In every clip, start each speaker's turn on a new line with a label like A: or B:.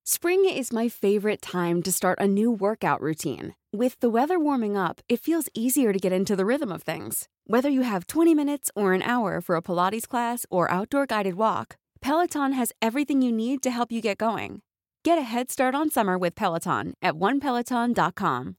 A: Spring is my favorite time to start a new workout routine. With the weather warming up, it feels easier to get into the rhythm of things. Whether you have 20 minutes or an hour for a Pilates class or outdoor guided walk, Peloton has everything you need to help you get going. Get a head start on summer with Peloton at onepeloton.com.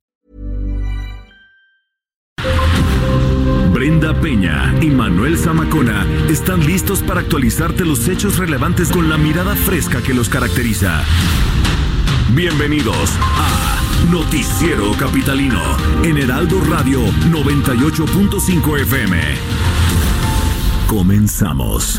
B: Brenda Peña y Manuel Zamacona están listos para actualizarte los hechos relevantes con la mirada fresca que los caracteriza. Bienvenidos a Noticiero Capitalino en Heraldo Radio 98.5 FM. Comenzamos.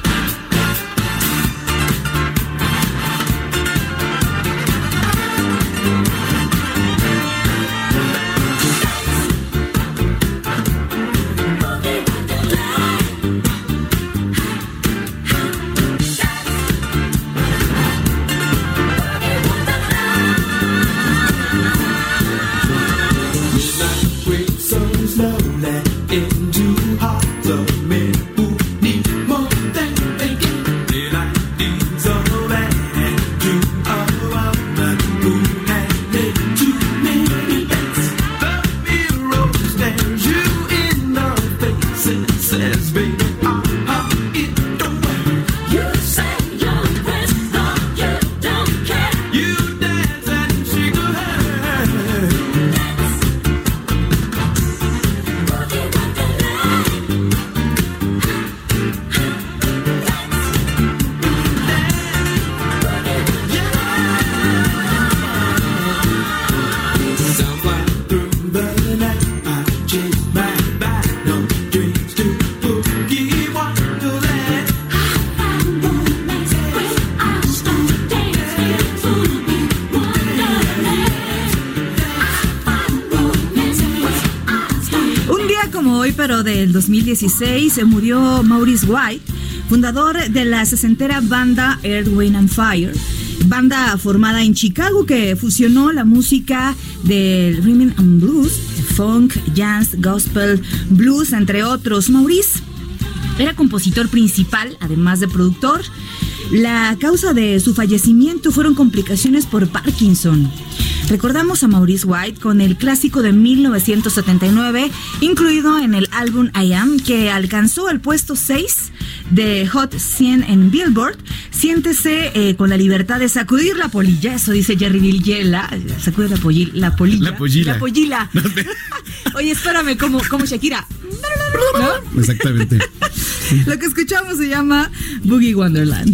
C: Pero del 2016 se murió Maurice White, fundador de la sesentera banda Earth, Wind and Fire, banda formada en Chicago que fusionó la música del rhythm and blues, funk, jazz, gospel, blues, entre otros. Maurice era compositor principal, además de productor. La causa de su fallecimiento fueron complicaciones por Parkinson. Recordamos a Maurice White con el clásico de 1979, incluido en el álbum I Am, que alcanzó el puesto 6 de Hot 100 en Billboard. Siéntese con la libertad de sacudir la polilla, eso dice Jerry Villela. Sacude la polilla. La pollila. Oye, espérame, como Shakira. ¿No?
D: Exactamente.
C: Lo que escuchamos se llama Boogie Wonderland.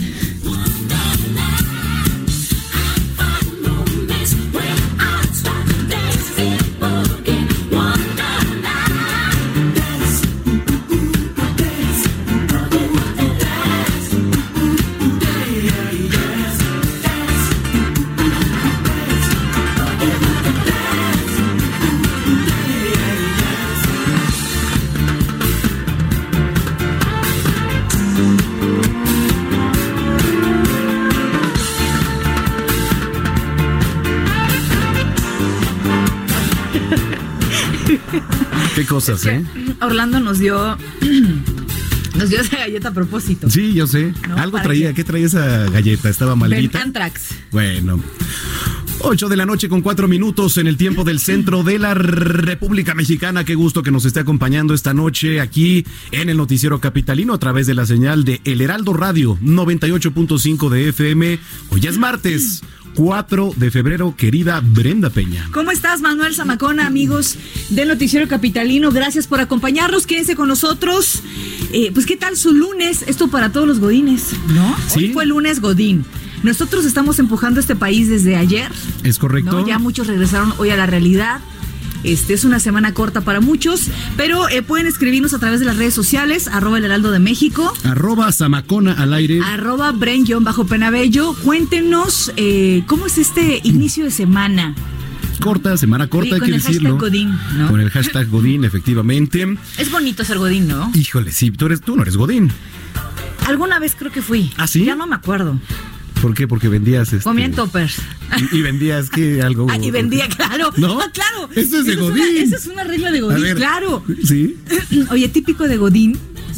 D: Qué cosas, ¿eh?
C: Orlando nos dio esa galleta a propósito.
D: Sí, yo sé. ¿No? Algo traía. ¿Qué traía esa galleta? ¿Estaba maldita?
C: Antrax.
D: Bueno. 8 de la noche con 4 minutos en el tiempo del centro de la República Mexicana. Qué gusto que nos esté acompañando esta noche aquí en el Noticiero Capitalino a través de la señal de El Heraldo Radio 98.5 de FM. Hoy es martes 4 de febrero, querida Brenda Peña.
C: ¿Cómo estás, Manuel Zamacona, amigos del Noticiero Capitalino? Gracias por acompañarnos, quédense con nosotros. Pues, ¿qué tal su lunes? Esto para todos los godines, ¿no? ¿Sí? Hoy fue lunes godín. Nosotros estamos empujando este país desde ayer.
D: Es correcto.
C: ¿No? Ya muchos regresaron hoy a la realidad. Es una semana corta para muchos, pero pueden escribirnos a través de las redes sociales, @El Heraldo de México,
D: @Zamacona al aire,
C: @Bren_Penabello. Cuéntenos cómo es este inicio de semana.
D: Semana corta, hay que decirlo.
C: Con el hashtag Godín, ¿no?
D: Con el hashtag Godín, efectivamente.
C: Es bonito ser Godín, ¿no?
D: Híjole, sí, tú no eres Godín.
C: Alguna vez creo que fui.
D: ¿Ah, sí?
C: Ya no me acuerdo.
D: ¿Por qué? Porque vendías
C: Comía en toppers.
D: Y vendías que algo.
C: Y vendía, claro.
D: ¿No?
C: Ah, claro.
D: Eso es de Godín.
C: Esa es una regla de Godín, claro.
D: ¿Sí?
C: Oye, típico de Godín,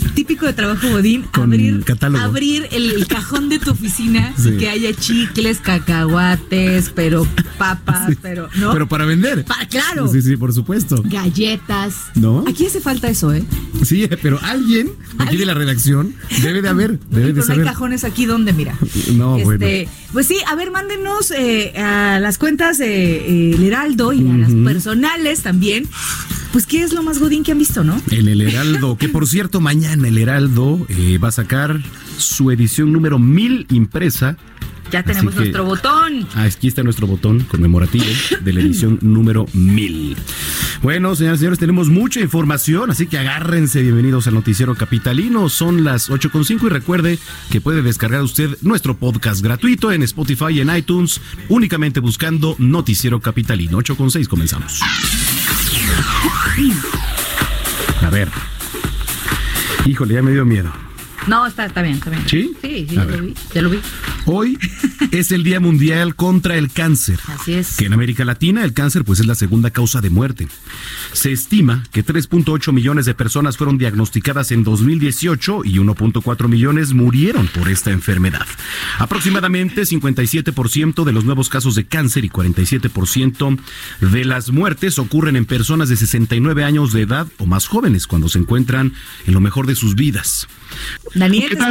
C: típico de trabajo godín,
D: Con catálogo.
C: abrir el cajón de tu oficina
D: Sí.
C: y que haya chicles, cacahuates, pero papas,
D: Sí.
C: pero ¿no?
D: Pero para vender.
C: Claro.
D: Sí, por supuesto.
C: Galletas.
D: ¿No?
C: Aquí hace falta eso, ¿eh?
D: Sí, pero alguien aquí de la redacción debe de haber, debe de
C: Pero no hay
D: saber.
C: cajones aquí donde, mira.
D: No, bueno.
C: Pues sí, a ver, mándenos a las cuentas de El Heraldo y a las personales también. Pues, ¿qué es lo más godín que han visto, no?
D: En el Heraldo, que por cierto, mañana el Heraldo va a sacar su edición número 1000 impresa.
C: Ya tenemos
D: Así que,
C: nuestro botón.
D: aquí está nuestro botón conmemorativo de la edición número 1000. Bueno, señoras y señores, tenemos mucha información, así que agárrense, bienvenidos al Noticiero Capitalino. Son las 8:05 y recuerde que puede descargar usted nuestro podcast gratuito en Spotify y en iTunes, únicamente buscando Noticiero Capitalino. 8:06, comenzamos. A ver. Híjole, ya me dio miedo.
C: No, está bien.
D: ¿Sí?
C: Sí,
D: A
C: ya
D: ver.
C: lo vi.
D: Hoy es el Día Mundial contra el Cáncer.
C: Así es.
D: Que en América Latina el cáncer pues es la segunda causa de muerte. Se estima que 3.8 millones de personas fueron diagnosticadas en 2018 y 1.4 millones murieron por esta enfermedad. Aproximadamente 57% de los nuevos casos de cáncer y 47% de las muertes ocurren en personas de 69 años de edad o más jóvenes cuando se encuentran en lo mejor de sus vidas.
C: Daniel,
E: ¿Qué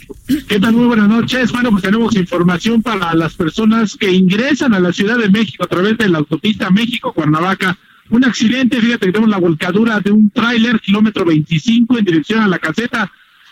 E: tal? Muy buenas noches. Bueno, pues tenemos información para las personas que ingresan a la Ciudad de México a través de la autopista México-Cuernavaca. Un accidente, fíjate que tenemos la volcadura de un tráiler, kilómetro 25, en dirección a la caseta.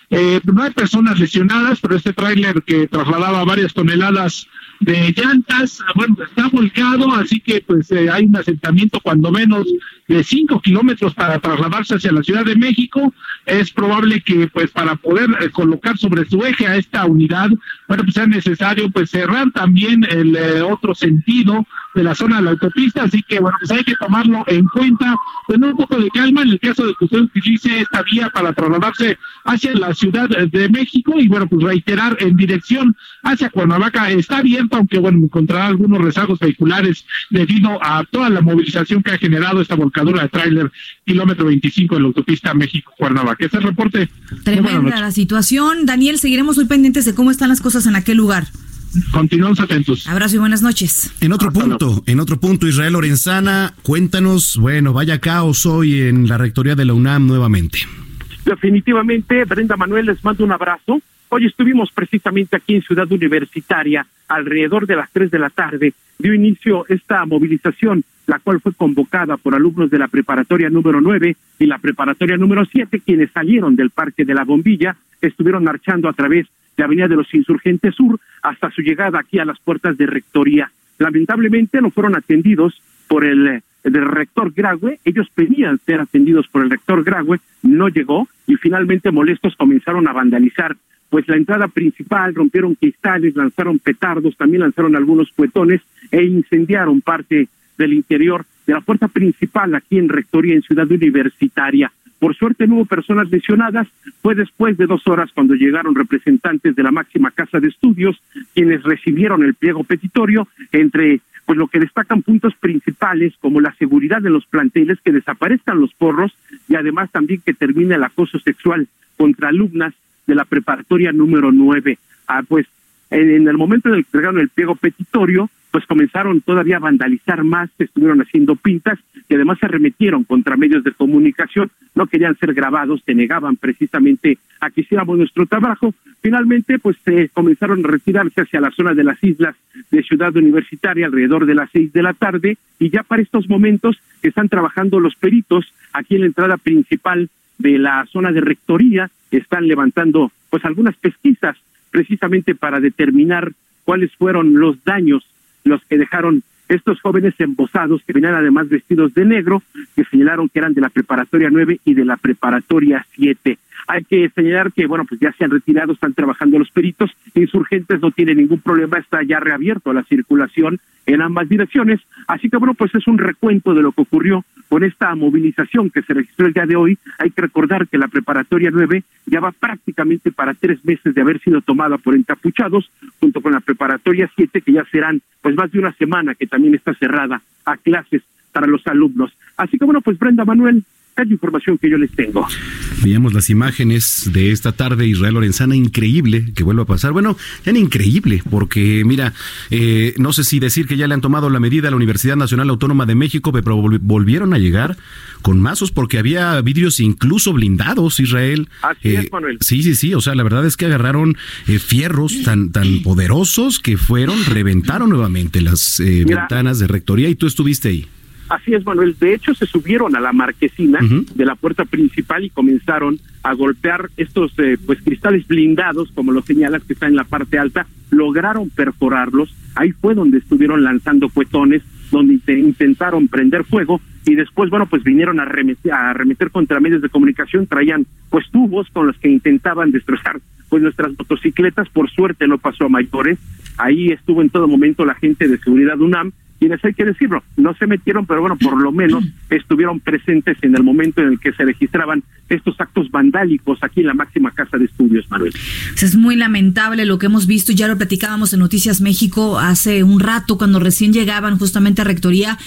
E: No hay personas lesionadas, pero este tráiler que trasladaba varias toneladas de llantas, bueno, está volcado, así que pues hay un asentamiento cuando menos de 5 kilómetros para trasladarse hacia la Ciudad de México. Es probable que pues para poder colocar sobre su eje a esta unidad, bueno, pues sea necesario pues cerrar también el otro sentido de la zona de la autopista, así que bueno, pues hay que tomarlo en cuenta, tener un poco de calma en el caso de que usted utilice esta vía para trasladarse hacia la Ciudad de México y bueno, pues reiterar en dirección hacia Cuernavaca está abierto, aunque bueno, encontrará algunos rezagos vehiculares debido a toda la movilización que ha generado esta volcadura de tráiler kilómetro 25 de la autopista México-Cuernavaca. Este es el reporte.
C: Tremenda la situación. Daniel, seguiremos muy pendientes de cómo están las cosas en aquel lugar.
E: Continuamos atentos.
C: Abrazo y buenas noches.
D: En otro punto, Israel Lorenzana, cuéntanos, bueno, vaya caos hoy en la rectoría de la UNAM nuevamente.
F: Definitivamente, Brenda Manuel, les mando un abrazo. Hoy estuvimos precisamente aquí en Ciudad Universitaria, alrededor de las 3 de la tarde, dio inicio esta movilización, la cual fue convocada por alumnos de la preparatoria número 9 y la preparatoria número 7, quienes salieron del Parque de la Bombilla, estuvieron marchando a través de Avenida de los Insurgentes Sur hasta su llegada aquí a las puertas de rectoría. Lamentablemente no fueron atendidos por el rector Graue. Ellos pedían ser atendidos por el rector Graue, no llegó y finalmente molestos comenzaron a vandalizar pues la entrada principal, rompieron cristales, lanzaron petardos, también lanzaron algunos cuetones e incendiaron parte del interior de la puerta principal aquí en rectoría en Ciudad Universitaria. Por suerte no hubo personas lesionadas, fue después de 2 horas cuando llegaron representantes de la máxima casa de estudios, quienes recibieron el pliego petitorio, entre pues lo que destacan puntos principales como la seguridad de los planteles, que desaparezcan los porros y además también que termine el acoso sexual contra alumnas de la preparatoria número 9. Pues en el momento en el que entregaron el pliego petitorio, pues comenzaron todavía a vandalizar más, estuvieron haciendo pintas y además se arremetieron contra medios de comunicación, no querían ser grabados, se negaban precisamente a que hiciéramos nuestro trabajo. Finalmente, pues comenzaron a retirarse hacia la zona de las islas de Ciudad Universitaria alrededor de las 6 de la tarde y ya para estos momentos están trabajando los peritos aquí en la entrada principal de la zona de rectoría, están levantando pues algunas pesquisas precisamente para determinar cuáles fueron los daños los que dejaron estos jóvenes embosados que venían además vestidos de negro, que señalaron que eran de la preparatoria 9 y de la preparatoria 7. Hay que señalar que, bueno, pues ya se han retirado, están trabajando los peritos, Insurgentes no tiene ningún problema, está ya reabierto a la circulación en ambas direcciones, así que, bueno, pues es un recuento de lo que ocurrió con esta movilización que se registró el día de hoy. Hay que recordar que la preparatoria 9 ya va prácticamente para 3 meses de haber sido tomada por encapuchados, junto con la preparatoria 7, que ya serán pues más de una semana que también está cerrada a clases para los alumnos. Así que bueno, pues Brenda Manuel, Es la información que yo les tengo.
D: Veíamos las imágenes de esta tarde, Israel Lorenzana, increíble que vuelva a pasar. Bueno, ya ni increíble, porque mira, no sé si decir que ya le han tomado la medida a la Universidad Nacional Autónoma de México, pero volvieron a llegar con mazos porque había vidrios incluso blindados, Israel.
F: Así es, Manuel.
D: Sí, o sea, la verdad es que agarraron fierros tan poderosos que reventaron nuevamente las ventanas de rectoría, y tú estuviste ahí.
F: Así es, Manuel. De hecho, se subieron a la marquesina de la puerta principal y comenzaron a golpear estos cristales blindados, como lo señalas, que están en la parte alta. Lograron perforarlos. Ahí fue donde estuvieron lanzando cuetones, donde intentaron prender fuego, y después, vinieron a arremeter contra medios de comunicación. Traían tubos con los que intentaban destrozar nuestras motocicletas. Por suerte no pasó a mayores. Ahí estuvo en todo momento la gente de seguridad UNAM, quienes, hay que decirlo, no se metieron, pero por lo menos estuvieron presentes en el momento en el que se registraban estos actos vandálicos aquí en la máxima casa de estudios, Manuel.
C: Es muy lamentable lo que hemos visto, ya lo platicábamos en Noticias México hace un rato, cuando recién llegaban justamente a Rectoría,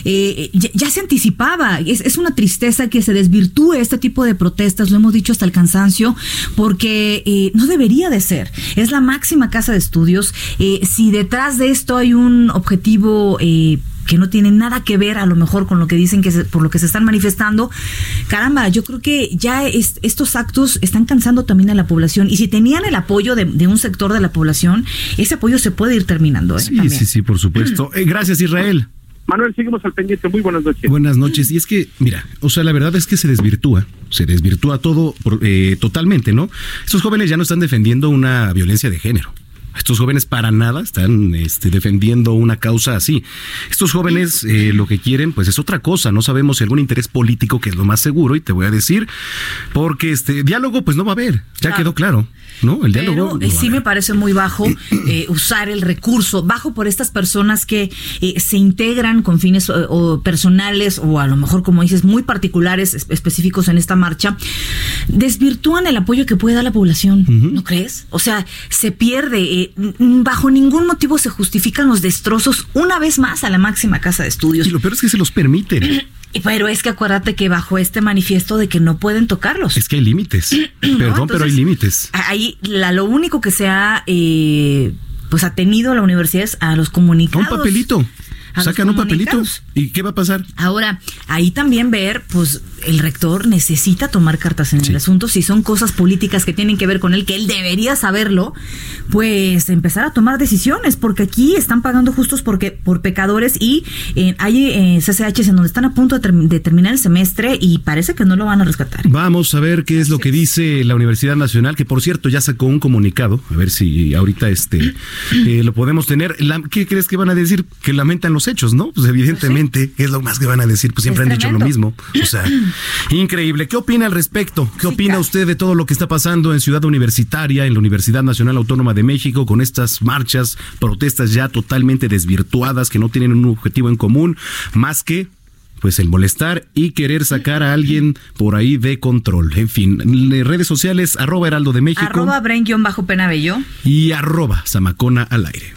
C: ya se anticipaba. Es una tristeza que se desvirtúe este tipo de protestas, lo hemos dicho hasta el cansancio, porque no debería de ser. Es la máxima casa de estudios. Si detrás de esto hay un objetivo que no tiene nada que ver a lo mejor con lo que dicen por lo que se están manifestando, caramba, yo creo que ya estos actos están cansando también a la población, y si tenían el apoyo de un sector de la población, ese apoyo se puede ir terminando.
D: Sí, por supuesto. Gracias, Israel.
F: Manuel, seguimos al pendiente. Muy buenas noches.
D: Buenas noches. Y es que, mira, o sea, la verdad es que se desvirtúa todo totalmente, ¿no? Estos jóvenes ya no están defendiendo una violencia de género. Estos jóvenes para nada están defendiendo una causa así. Estos jóvenes lo que quieren pues es otra cosa. No sabemos si algún interés político, que es lo más seguro, y te voy a decir, porque diálogo pues no va a haber. Ya quedó claro, ¿no? El diálogo.
C: Pero sí me parece muy bajo usar el recurso, bajo por estas personas que se integran con fines o personales, o a lo mejor, como dices, muy particulares, específicos en esta marcha. Desvirtúan el apoyo que puede dar la población, ¿no crees? O sea, se pierde. Bajo ningún motivo se justifican los destrozos una vez más a la máxima casa de estudios.
D: Y lo peor es que se los permiten.
C: Pero es que acuérdate que bajo este manifiesto de que no pueden tocarlos.
D: Es que hay límites. Perdón, entonces, pero hay límites.
C: Ahí lo único que se ha atenido a la universidad es a los comunicados.
D: Un papelito. Sacan un papelito. ¿Y qué va a pasar?
C: Ahora, ahí también ver, pues, el rector necesita tomar cartas en el asunto. Si son cosas políticas que tienen que ver con él, que él debería saberlo, pues empezar a tomar decisiones, porque aquí están pagando justos por pecadores, y hay CCHs en donde están a punto de terminar el semestre y parece que no lo van a rescatar.
D: Vamos a ver qué es lo que dice la Universidad Nacional, que por cierto ya sacó un comunicado, a ver si ahorita lo podemos tener. ¿Qué crees que van a decir? Que lamentan los hechos, ¿no? Pues evidentemente, ¿qué es lo más que van a decir? Pues siempre han dicho lo mismo. O sea, increíble. ¿Qué opina al respecto? ¿Qué opina usted de todo lo que está pasando en Ciudad Universitaria, en la Universidad Nacional Autónoma de México, con estas marchas, protestas ya totalmente desvirtuadas, que no tienen un objetivo en común, más que pues el molestar y querer sacar a alguien por ahí de control? En fin, redes sociales, @Heraldo de México,
C: @Bren_Penabello
D: y @Zamacona al aire.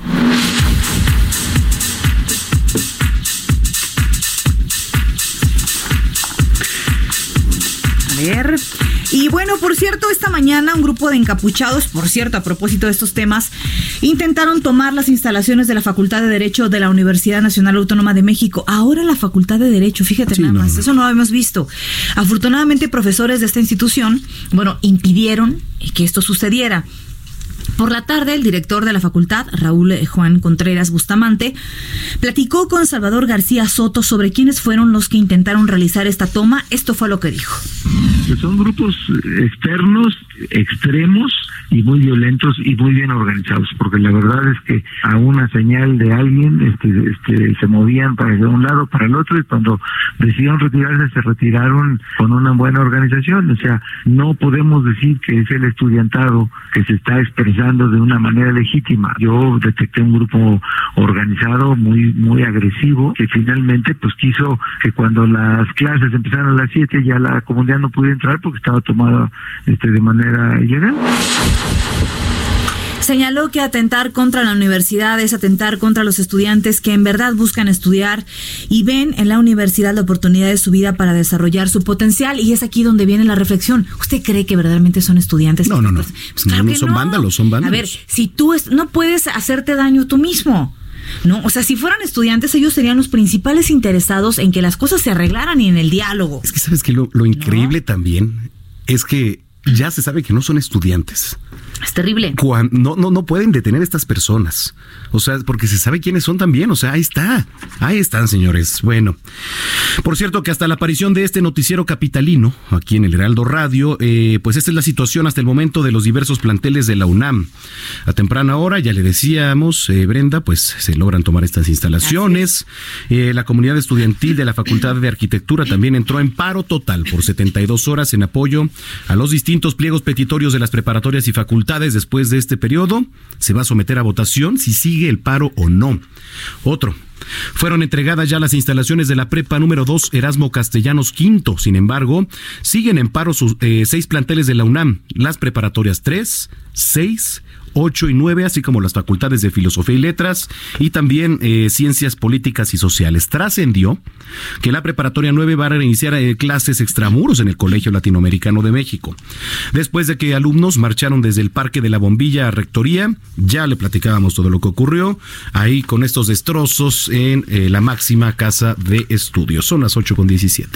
C: Y bueno, por cierto, esta mañana un grupo de encapuchados, por cierto, a propósito de estos temas, intentaron tomar las instalaciones de la Facultad de Derecho de la Universidad Nacional Autónoma de México. Ahora la Facultad de Derecho, fíjate nada más, eso no lo habíamos visto. Afortunadamente, profesores de esta institución, impidieron que esto sucediera. Por la tarde, el director de la facultad, Raúl Juan Contreras Bustamante, platicó con Salvador García Soto sobre quiénes fueron los que intentaron realizar esta toma. Esto fue lo que dijo.
G: Son grupos externos, extremos y muy violentos y muy bien organizados, porque la verdad es que a una señal de alguien se movían para de un lado para el otro, y cuando decidieron retirarse, se retiraron con una buena organización. O sea, no podemos decir que es el estudiantado que se está expresando de una manera legítima. Yo detecté un grupo organizado muy muy agresivo, que finalmente pues quiso que cuando las clases empezaron a las 7 ya la comunidad no pudiera entrar porque estaba tomada de manera ilegal.
C: Señaló que atentar contra la universidad es atentar contra los estudiantes que en verdad buscan estudiar y ven en la universidad la oportunidad de su vida para desarrollar su potencial, y es aquí donde viene la reflexión. ¿Usted cree que verdaderamente son estudiantes?
D: No.
C: Pues claro que
D: son
C: no.
D: Vándalos.
C: A ver, si tú no puedes hacerte daño tú mismo, ¿no? O sea, si fueran estudiantes, ellos serían los principales interesados en que las cosas se arreglaran y en el diálogo.
D: Es que sabes que lo increíble también es que ya se sabe que no son estudiantes.
C: Es terrible.
D: No pueden detener a estas personas. O sea, porque se sabe quiénes son también. O sea, ahí están, señores. Bueno, por cierto que hasta la aparición de este noticiero capitalino, aquí en el Heraldo Radio, pues esta es la situación hasta el momento de los diversos planteles de la UNAM. A temprana hora, ya le decíamos, Brenda, pues se logran tomar estas instalaciones. La comunidad estudiantil de la Facultad de Arquitectura también entró en paro total por 72 horas en apoyo a los distintos pliegos petitorios de las preparatorias y facultades. Después de este periodo, se va a someter a votación si sigue el paro o no. Fueron entregadas ya las instalaciones de la prepa número 2 Erasmo Castellanos V. Sin embargo, siguen en paro sus 6 planteles de la UNAM, las preparatorias 3, 6, 8 y 9, así como las facultades de Filosofía y Letras y también Ciencias Políticas y Sociales. Trascendió que la preparatoria 9 va a reiniciar clases extramuros en el Colegio Latinoamericano de México. Después de que alumnos marcharon desde el Parque de la Bombilla a Rectoría, ya le platicábamos todo lo que ocurrió ahí con estos destrozos en la máxima casa de estudios. Son las 8:17.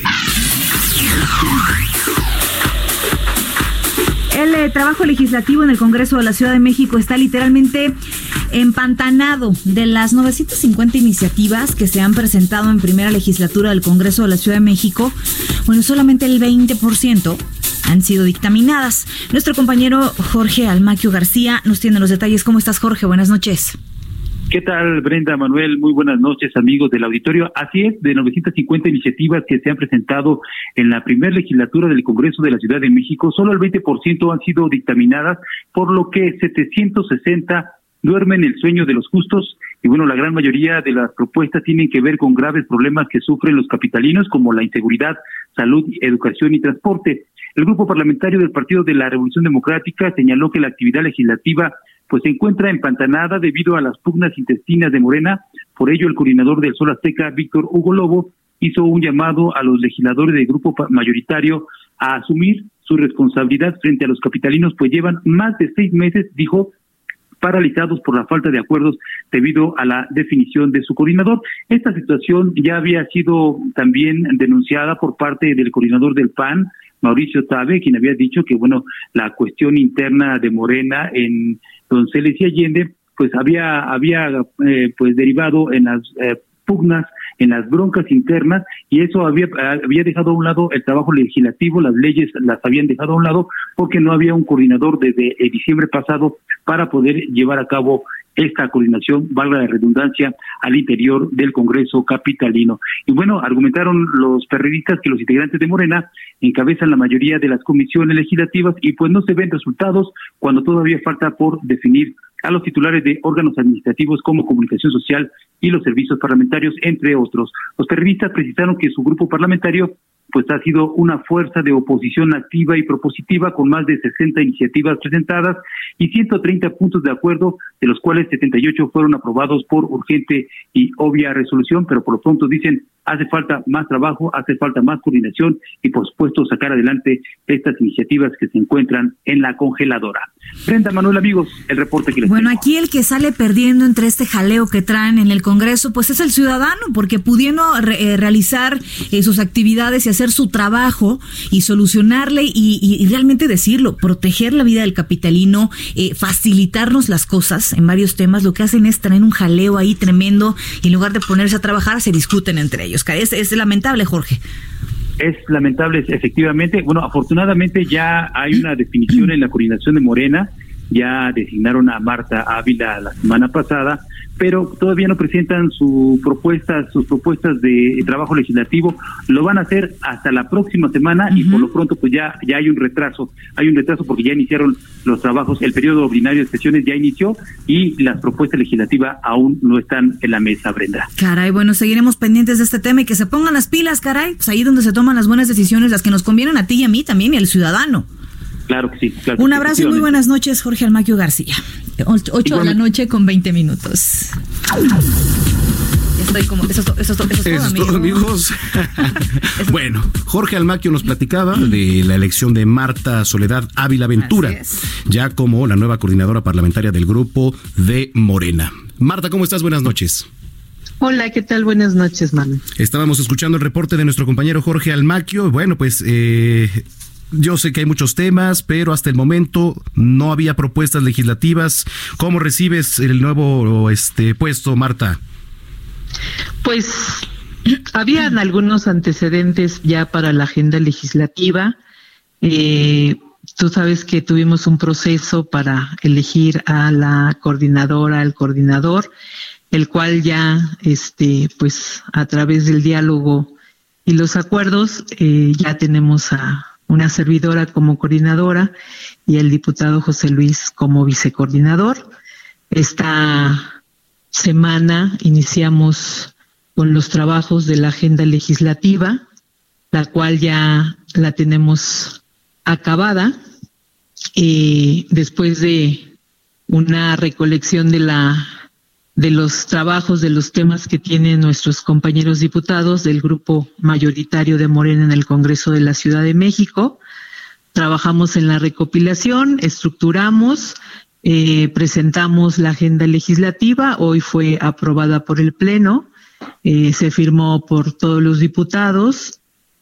C: El trabajo legislativo en el Congreso de la Ciudad de México está literalmente empantanado. De las 950 iniciativas que se han presentado en primera legislatura del Congreso de la Ciudad de México, bueno, solamente el 20% han sido dictaminadas. Nuestro compañero Jorge Almaquio García nos tiene los detalles. ¿Cómo estás, Jorge? Buenas noches.
F: ¿Qué tal, Brenda, Manuel? Muy buenas noches, amigos del auditorio. Así es, de 950 iniciativas que se han presentado en la primera legislatura del Congreso de la Ciudad de México, solo el 20% han sido dictaminadas, por lo que 760 duermen el sueño de los justos. Y bueno, la gran mayoría de las propuestas tienen que ver con graves problemas que sufren los capitalinos, como la inseguridad, salud, educación y transporte. El grupo parlamentario del Partido de la Revolución Democrática señaló que la actividad legislativa pues se encuentra empantanada debido a las pugnas intestinas de Morena. Por ello, el coordinador del Sol Azteca, Víctor Hugo Lobo, hizo un llamado a los legisladores del grupo mayoritario a asumir su responsabilidad frente a los capitalinos, pues llevan más de 6 meses, dijo, paralizados por la falta de acuerdos debido a la definición de su coordinador. Esta situación ya había sido también denunciada por parte del coordinador del PAN, Mauricio Tabe, quien había dicho que, bueno, la cuestión interna de Morena en Donceles y Allende, pues había pues derivado en las pugnas, en las broncas internas, y eso había dejado a un lado el trabajo legislativo, las leyes las habían dejado a un lado, porque no había un coordinador desde diciembre pasado para poder llevar a cabo esta coordinación, valga la redundancia, al interior del Congreso capitalino. Y bueno, argumentaron los perredistas que los integrantes de Morena encabezan la mayoría de las comisiones legislativas y pues no se ven resultados cuando todavía falta por definir a los titulares de órganos administrativos como Comunicación Social y los servicios parlamentarios, entre otros. Los perredistas precisaron que su grupo parlamentario pues ha sido una fuerza de oposición activa y propositiva con más de 60 iniciativas presentadas y 130 puntos de acuerdo, de los cuales 78 fueron aprobados por urgente y obvia resolución, pero por lo pronto dicen hace falta más trabajo, hace falta más coordinación y por supuesto sacar adelante estas iniciativas que se encuentran en la congeladora. Brenda, Manuel, amigos, el reporte que les
C: Bueno,
F: tengo.
C: aquí el que sale perdiendo entre este jaleo que traen en el Congreso, pues es el ciudadano, porque pudiendo realizar sus actividades y hacer su trabajo y solucionarle y realmente decirlo, proteger la vida del capitalino, facilitarnos las cosas en varios temas, lo que hacen es traer un jaleo ahí tremendo y en lugar de ponerse a trabajar se discuten entre ellos. Es lamentable, Jorge.
F: Es lamentable, efectivamente. Bueno, afortunadamente ya hay una definición en la coordinación de Morena, ya designaron a Marta Ávila la semana pasada, pero todavía no presentan sus propuestas de trabajo legislativo. Lo van a hacer hasta la próxima semana y por lo pronto pues ya hay un retraso porque ya iniciaron los trabajos, el periodo ordinario de sesiones ya inició y las propuestas legislativas aún no están en la mesa, Brenda.
C: Caray, bueno, seguiremos pendientes de este tema y que se pongan las pilas, caray, pues ahí donde se toman las buenas decisiones, las que nos convienen a ti y a mí también y al ciudadano.
F: Claro que sí. Claro
C: Un
F: que
C: abrazo y muy buenas noches, Jorge Almaquio García. 8 de la noche con 20 minutos. Estoy como, eso es todo,
D: amigos. Bueno, Jorge Almaquio nos platicaba de la elección de Marta Soledad Ávila Ventura, ya como la nueva coordinadora parlamentaria del grupo de Morena. Marta, ¿cómo estás? Buenas noches.
H: Hola, ¿qué tal? Buenas noches, Manu.
D: Estábamos escuchando el reporte de nuestro compañero Jorge Almaquio. Bueno, pues yo sé que hay muchos temas, pero hasta el momento no había propuestas legislativas. ¿Cómo recibes el nuevo puesto, Marta?
H: Pues habían algunos antecedentes ya para la agenda legislativa. Tú sabes que tuvimos un proceso para elegir a la coordinadora, al coordinador, el cual ya, pues a través del diálogo y los acuerdos, ya tenemos a una servidora como coordinadora y el diputado José Luis como vicecoordinador. Esta semana iniciamos con los trabajos de la agenda legislativa, la cual ya la tenemos acabada, después de una recolección de los trabajos, de los temas que tienen nuestros compañeros diputados del grupo mayoritario de Morena en el Congreso de la Ciudad de México. Trabajamos en la recopilación, estructuramos, presentamos la agenda legislativa, hoy fue aprobada por el Pleno, se firmó por todos los diputados,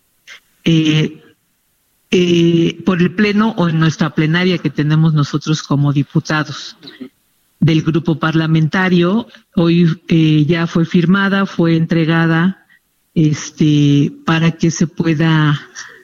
H: por el Pleno o en nuestra plenaria que tenemos nosotros como diputados del grupo parlamentario. Hoy ya fue firmada, fue entregada para que se pueda,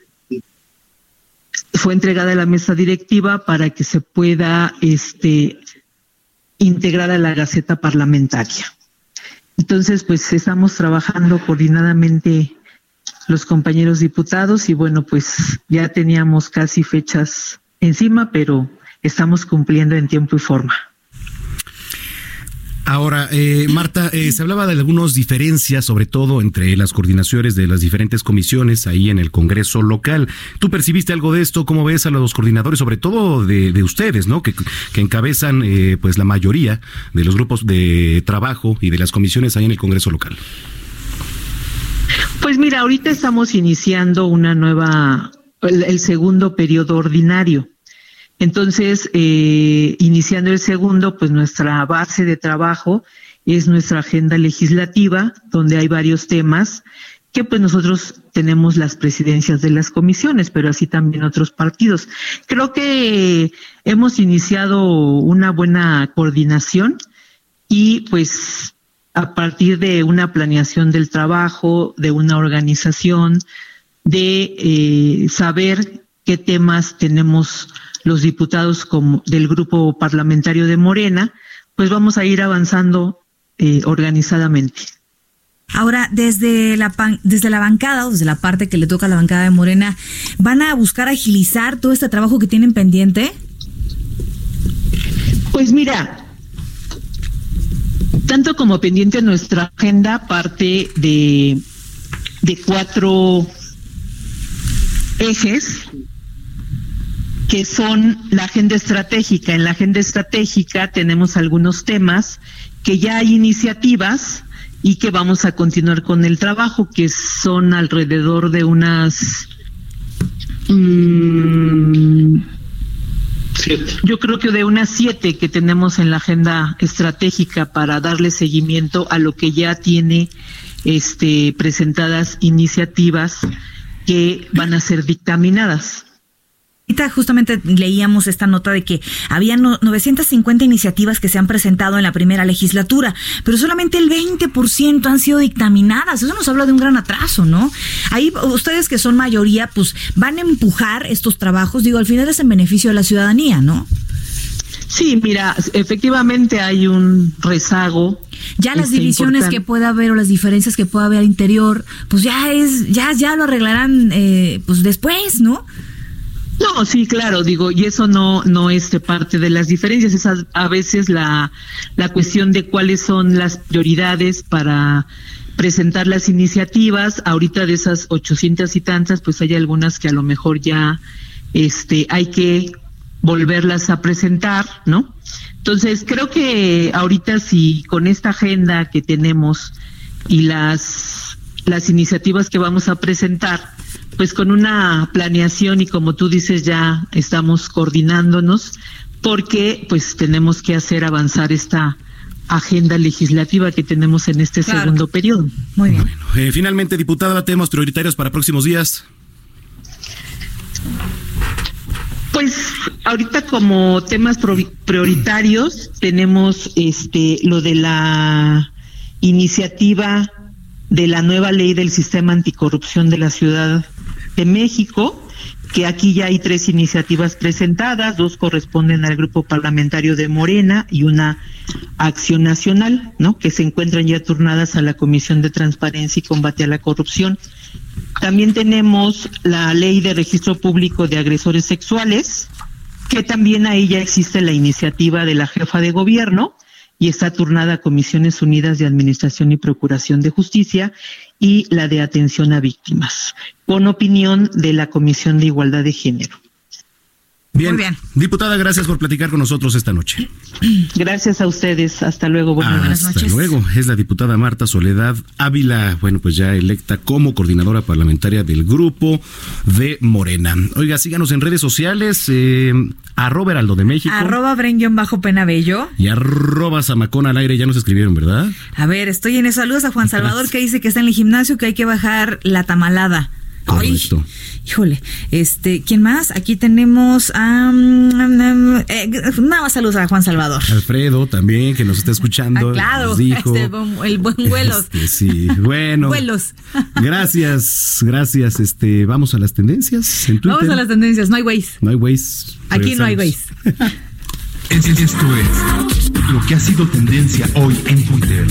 H: fue entregada a la mesa directiva para que se pueda integrar a la Gaceta Parlamentaria. Entonces, pues estamos trabajando coordinadamente los compañeros diputados y bueno, pues ya teníamos casi fechas encima, pero estamos cumpliendo en tiempo y forma.
D: Ahora, Marta, se hablaba de algunas diferencias, sobre todo entre las coordinaciones de las diferentes comisiones ahí en el Congreso local. ¿Tú percibiste algo de esto? ¿Cómo ves a los coordinadores, sobre todo de ustedes, ¿no? Que encabezan pues la mayoría de los grupos de trabajo y de las comisiones ahí en el Congreso local?
H: Pues mira, ahorita estamos iniciando el segundo periodo ordinario. Entonces, iniciando el segundo, pues nuestra base de trabajo es nuestra agenda legislativa, donde hay varios temas que pues nosotros tenemos las presidencias de las comisiones, pero así también otros partidos. Creo que hemos iniciado una buena coordinación y pues a partir de una planeación del trabajo, de una organización, de saber qué temas tenemos los diputados como del grupo parlamentario de Morena, pues vamos a ir avanzando organizadamente.
C: Ahora, desde la bancada, o desde la parte que le toca a la bancada de Morena, ¿van a buscar agilizar todo este trabajo que tienen pendiente?
H: Pues mira, tanto como pendiente nuestra agenda parte de 4 ejes, que son la agenda estratégica. En la agenda estratégica tenemos algunos temas que ya hay iniciativas y que vamos a continuar con el trabajo, que son alrededor de unas 7. Yo creo que de unas 7 que tenemos en la agenda estratégica para darle seguimiento a lo que ya tiene presentadas iniciativas que van a ser dictaminadas.
C: Ahorita justamente leíamos esta nota de que había 950 iniciativas que se han presentado en la primera legislatura, pero solamente el 20% han sido dictaminadas. Eso nos habla de un gran atraso, ¿no? Ahí ustedes que son mayoría, pues van a empujar estos trabajos, al final es en beneficio de la ciudadanía, ¿no?
H: Sí, mira, efectivamente hay un rezago.
C: Ya las divisiones que pueda haber o las diferencias que pueda haber al interior, pues ya lo arreglarán pues después, ¿no?
H: No, sí, claro, y eso no es parte de las diferencias, es a veces la cuestión de cuáles son las prioridades para presentar las iniciativas. Ahorita de esas 800 y tantas, pues hay algunas que a lo mejor ya hay que volverlas a presentar, ¿no? Entonces, creo que ahorita sí, con esta agenda que tenemos y las iniciativas que vamos a presentar, pues con una planeación y como tú dices, ya estamos coordinándonos porque pues tenemos que hacer avanzar esta agenda legislativa que tenemos en este segundo periodo.
C: Muy bien.
D: Bueno, finalmente, diputada, temas prioritarios para próximos días.
H: Pues ahorita como temas prioritarios tenemos lo de la iniciativa de la nueva ley del sistema anticorrupción de la Ciudad de México, que aquí ya hay 3 iniciativas presentadas, 2 corresponden al grupo parlamentario de Morena y una Acción Nacional, ¿no? Que se encuentran ya turnadas a la Comisión de Transparencia y Combate a la Corrupción. También tenemos la ley de registro público de agresores sexuales, que también ahí ya existe la iniciativa de la jefa de gobierno y está turnada a Comisiones Unidas de Administración y Procuración de Justicia y la de Atención a Víctimas, con opinión de la Comisión de Igualdad de Género.
D: Bien.
C: Muy bien.
D: Diputada, gracias por platicar con nosotros esta noche.
H: Gracias a ustedes. Hasta luego. Buenas
C: noches.
D: Hasta luego. Es la diputada Marta Soledad Ávila, bueno, pues ya electa como coordinadora parlamentaria del grupo de Morena. Oiga, síganos en redes sociales, @Heraldo de México.
C: @Bren_Penabello.
D: Y @Zamacona al aire. Ya nos escribieron, ¿verdad?
C: A ver, estoy en eso. Saludos a Juan Salvador, que dice que está en el gimnasio, que hay que bajar la tamalada.
D: Correcto.
C: Ay, híjole, ¿quién más? Aquí tenemos nada más saludos a Juan Salvador.
D: Alfredo también, que nos está escuchando.
C: Claro,
D: nos dijo,
C: el buen vuelos.
D: Sí, bueno.
C: Vuelos.
D: Gracias. Vamos a las tendencias en Twitter.
C: Vamos a las tendencias, no hay Waze.
D: No hay Waze.
C: Aquí no hay Waze.
I: Esto es lo que ha sido tendencia hoy en Twitter.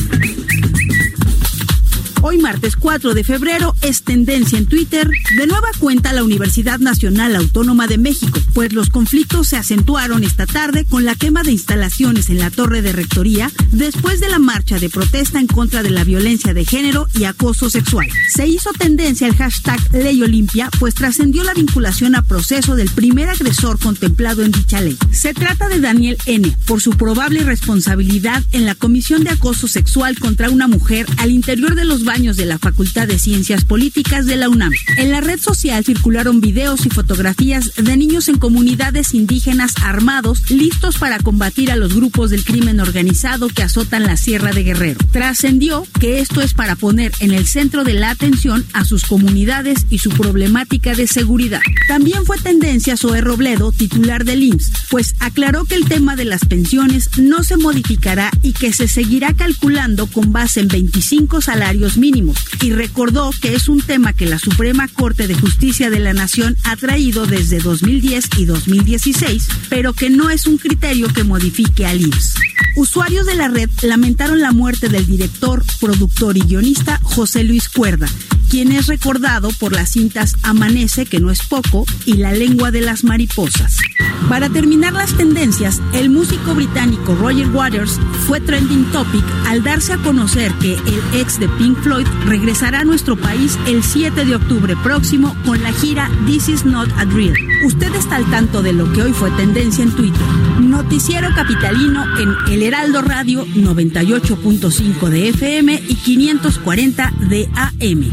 J: Hoy martes 4 de febrero es tendencia en Twitter de nueva cuenta la Universidad Nacional Autónoma de México, pues los conflictos se acentuaron esta tarde con la quema de instalaciones en la torre de rectoría después de la marcha de protesta en contra de la violencia de género y acoso sexual. Se hizo tendencia el hashtag Ley Olimpia, pues trascendió la vinculación a proceso del primer agresor contemplado en dicha ley. Se trata de Daniel N., por su probable responsabilidad en la comisión de acoso sexual contra una mujer al interior de los baños de la Facultad de Ciencias Políticas de la UNAM. En la red social circularon videos y fotografías de niños en comunidades indígenas armados, listos para combatir a los grupos del crimen organizado que azotan la Sierra de Guerrero. Trascendió que esto es para poner en el centro de la atención a sus comunidades y su problemática de seguridad. También fue tendencia Zoé Robledo, titular del IMSS, pues aclaró que el tema de las pensiones no se modificará y que se seguirá calculando con base en 25 salarios mínimos, y recordó que es un tema que la Suprema Corte de Justicia de la Nación ha traído desde 2010 y 2016, pero que no es un criterio que modifique al IMSS. Usuarios de la red lamentaron la muerte del director, productor y guionista José Luis Cuerda, quien es recordado por las cintas Amanece, que no es poco, y La lengua de las mariposas. Para terminar las tendencias, el músico británico Roger Waters fue trending topic al darse a conocer que el ex de Pink Floyd regresará a nuestro país el 7 de octubre próximo con la gira This Is Not a Drill. Usted está al tanto de lo que hoy fue tendencia en Twitter. Noticiero capitalino en El Heraldo Radio 98.5 de FM y 540 de AM.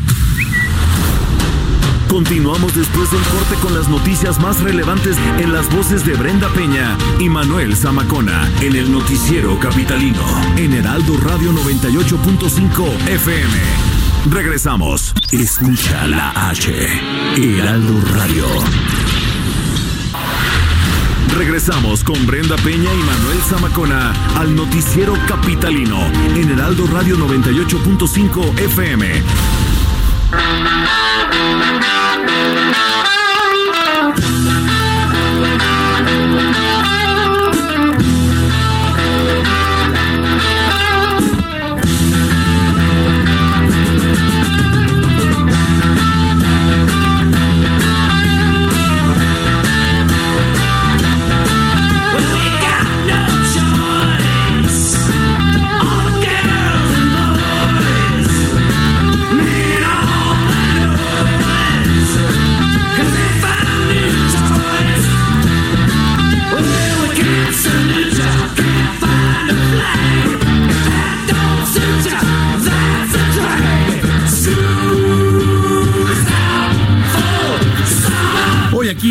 B: Continuamos después del corte con las noticias más relevantes en las voces de Brenda Peña y Manuel Zamacona en el Noticiero Capitalino en Heraldo Radio 98.5 FM. Regresamos. Escucha la H. Heraldo Radio. Regresamos con Brenda Peña y Manuel Zamacona al Noticiero Capitalino en Heraldo Radio 98.5 FM.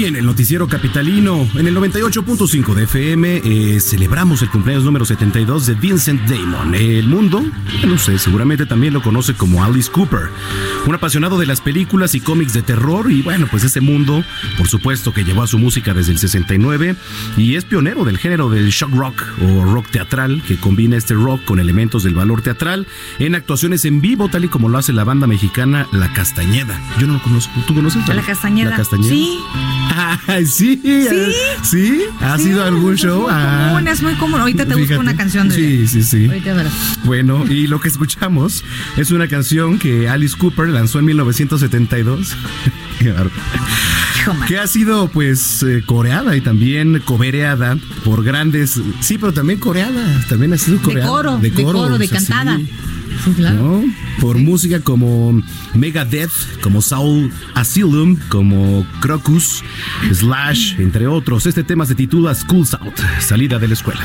D: Hoy en el Noticiero Capitalino, en el 98.5 de FM, celebramos el cumpleaños número 72 de Vincent Damon. El mundo, no sé, seguramente también lo conoce como Alice Cooper, un apasionado de las películas y cómics de terror, y bueno, pues ese mundo, por supuesto que llevó a su música desde el 69 y es pionero del género del shock rock o rock teatral, que combina este rock con elementos del valor teatral en actuaciones en vivo, tal y como lo hace la banda mexicana La Castañeda. Yo no lo conozco, ¿tú conoces?
C: La Castañeda.
D: La Castañeda.
C: Sí.
D: Sí. ¿Sí? ¿Ha sido algún show?
C: Es muy común. Ahorita te busco una canción de...
D: Sí.
C: Ahorita verás.
D: Bueno, y lo que escuchamos es una canción que Alice Cooper lanzó en 1972. Que ha sido pues coreada y también cobereada por grandes, sí, pero también coreada, también ha sido coreada.
C: De coro, de cantada.
D: Sí, claro. ¿No? Por música como Megadeth, como Soul Asylum, como Crocus, Slash, entre otros. Este tema se titula School's Out, salida de la escuela.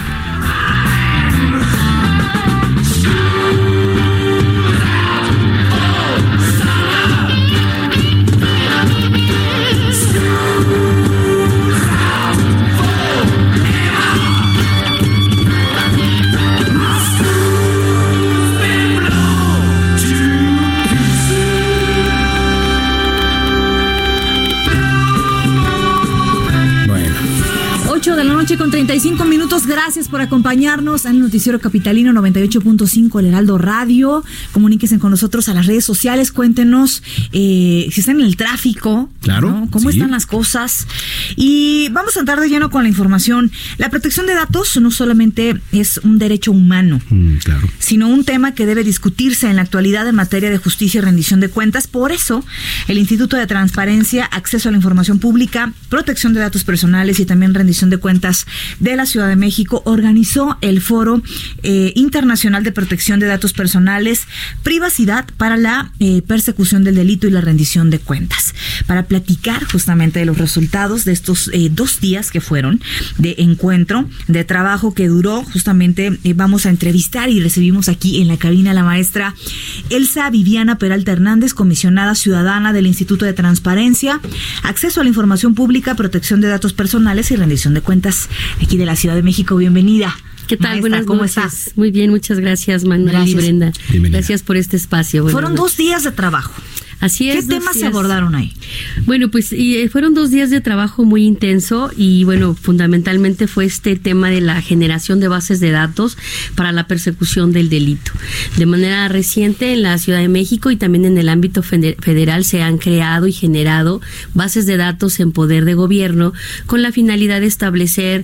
C: Con 35 minutos, gracias por acompañarnos en el Noticiero Capitalino 98.5, el Heraldo Radio. Comuníquense con nosotros a las redes sociales, cuéntenos si están en el tráfico,
D: claro,
C: ¿no? ¿Cómo están las cosas? Y vamos a entrar de lleno con la información. La protección de datos no solamente es un derecho humano,
D: claro,
C: sino un tema que debe discutirse en la actualidad en materia de justicia y rendición de cuentas. Por eso, el Instituto de Transparencia, Acceso a la Información Pública, Protección de Datos Personales y también Rendición de Cuentas de la Ciudad de México organizó el Foro Internacional de Protección de Datos Personales, Privacidad para la Persecución del Delito y la Rendición de Cuentas, para platicar justamente de los resultados de estos 2 días que fueron de encuentro, de trabajo que duró. Justamente vamos a entrevistar y recibimos aquí en la cabina a la maestra Elsa Viviana Peralta Hernández, comisionada ciudadana del Instituto de Transparencia, Acceso a la Información Pública, Protección de Datos Personales y Rendición de Cuentas aquí de la Ciudad de México. Bienvenida.
K: ¿Qué tal?
C: Maestra,
K: buenas
C: ¿cómo
K: noches.
C: estás?
K: Muy bien, muchas gracias, Manuel y Brenda.
D: Bienvenida.
K: Gracias por este espacio.
C: Fueron 2 días de trabajo.
K: Así es.
C: ¿Qué temas se abordaron ahí?
K: Bueno, pues fueron 2 días de trabajo muy intenso y bueno, fundamentalmente fue este tema de la generación de bases de datos para la persecución del delito. De manera reciente en la Ciudad de México y también en el ámbito federal se han creado y generado bases de datos en poder de gobierno con la finalidad de establecer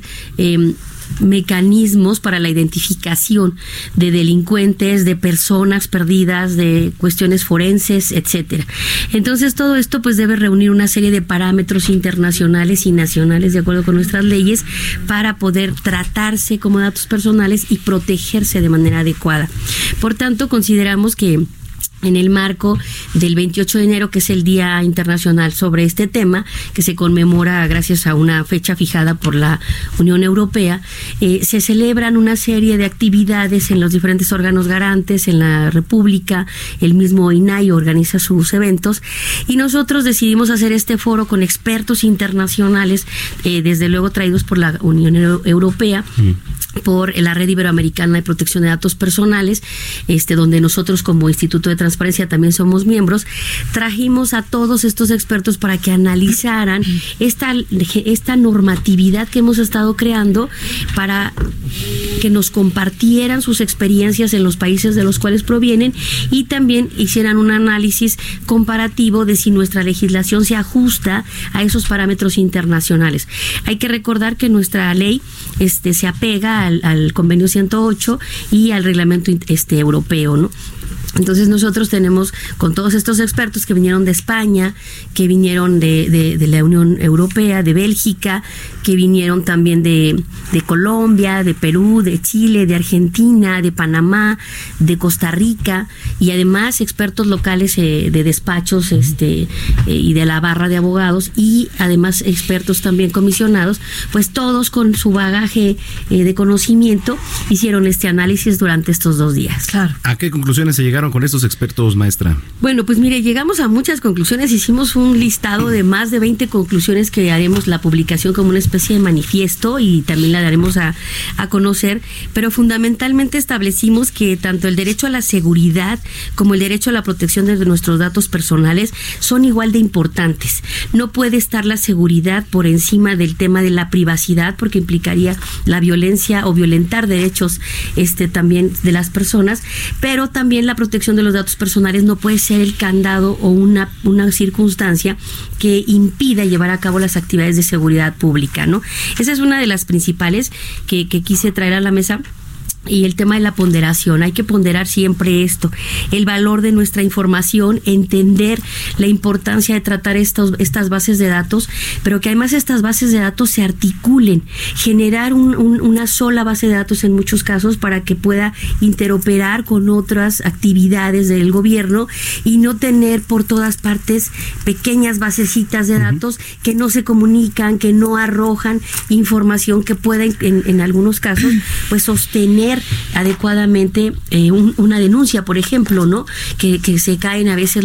K: mecanismos para la identificación de delincuentes, de personas perdidas, de cuestiones forenses, etcétera. Entonces todo esto pues debe reunir una serie de parámetros internacionales y nacionales de acuerdo con nuestras leyes para poder tratarse como datos personales y protegerse de manera adecuada. Por tanto, consideramos que en el marco del 28 de enero, que es el Día Internacional sobre este tema, que se conmemora gracias a una fecha fijada por la Unión Europea, se celebran una serie de actividades en los diferentes órganos garantes en la República. El mismo INAI organiza sus eventos y nosotros decidimos hacer este foro con expertos internacionales, desde luego traídos por la Unión Europea, por la Red Iberoamericana de Protección de Datos Personales, donde nosotros como Instituto de Transparencia también somos miembros. Trajimos a todos estos expertos para que analizaran esta normatividad que hemos estado creando, para que nos compartieran sus experiencias en los países de los cuales provienen y también hicieran un análisis comparativo de si nuestra legislación se ajusta a esos parámetros internacionales. Hay que recordar que nuestra ley se apega al convenio 108 y al reglamento europeo, ¿no? Entonces nosotros tenemos con todos estos expertos que vinieron de España, que vinieron de la Unión Europea, de Bélgica, que vinieron también de Colombia, de Perú, de Chile, de Argentina, de Panamá, de Costa Rica, y además expertos locales de despachos y de la barra de abogados, y además expertos también comisionados, pues todos con su bagaje de conocimiento hicieron este análisis durante estos 2 días.
C: Claro.
D: ¿A qué conclusiones se llegaron llegaron con estos expertos, maestra?
K: Bueno, pues mire, llegamos a muchas conclusiones, hicimos un listado de más de 20 conclusiones que haremos la publicación como una especie de manifiesto y también la daremos a conocer, pero fundamentalmente establecimos que tanto el derecho a la seguridad como el derecho a la protección de nuestros datos personales son igual de importantes. No puede estar la seguridad por encima del tema de la privacidad porque implicaría la violencia o violentar derechos también de las personas, pero también la protección de los datos personales no puede ser el candado o una circunstancia que impida llevar a cabo las actividades de seguridad pública, ¿no? Esa es una de las principales que quise traer a la mesa. Y el tema de la ponderación, hay que ponderar siempre esto, el valor de nuestra información, entender la importancia de tratar estas bases de datos, pero que además estas bases de datos se articulen, generar una sola base de datos en muchos casos para que pueda interoperar con otras actividades del gobierno y no tener por todas partes pequeñas basecitas de datos que no se comunican, que no arrojan información que pueda en algunos casos pues sostener adecuadamente una denuncia, por ejemplo, ¿no? Que se caen a veces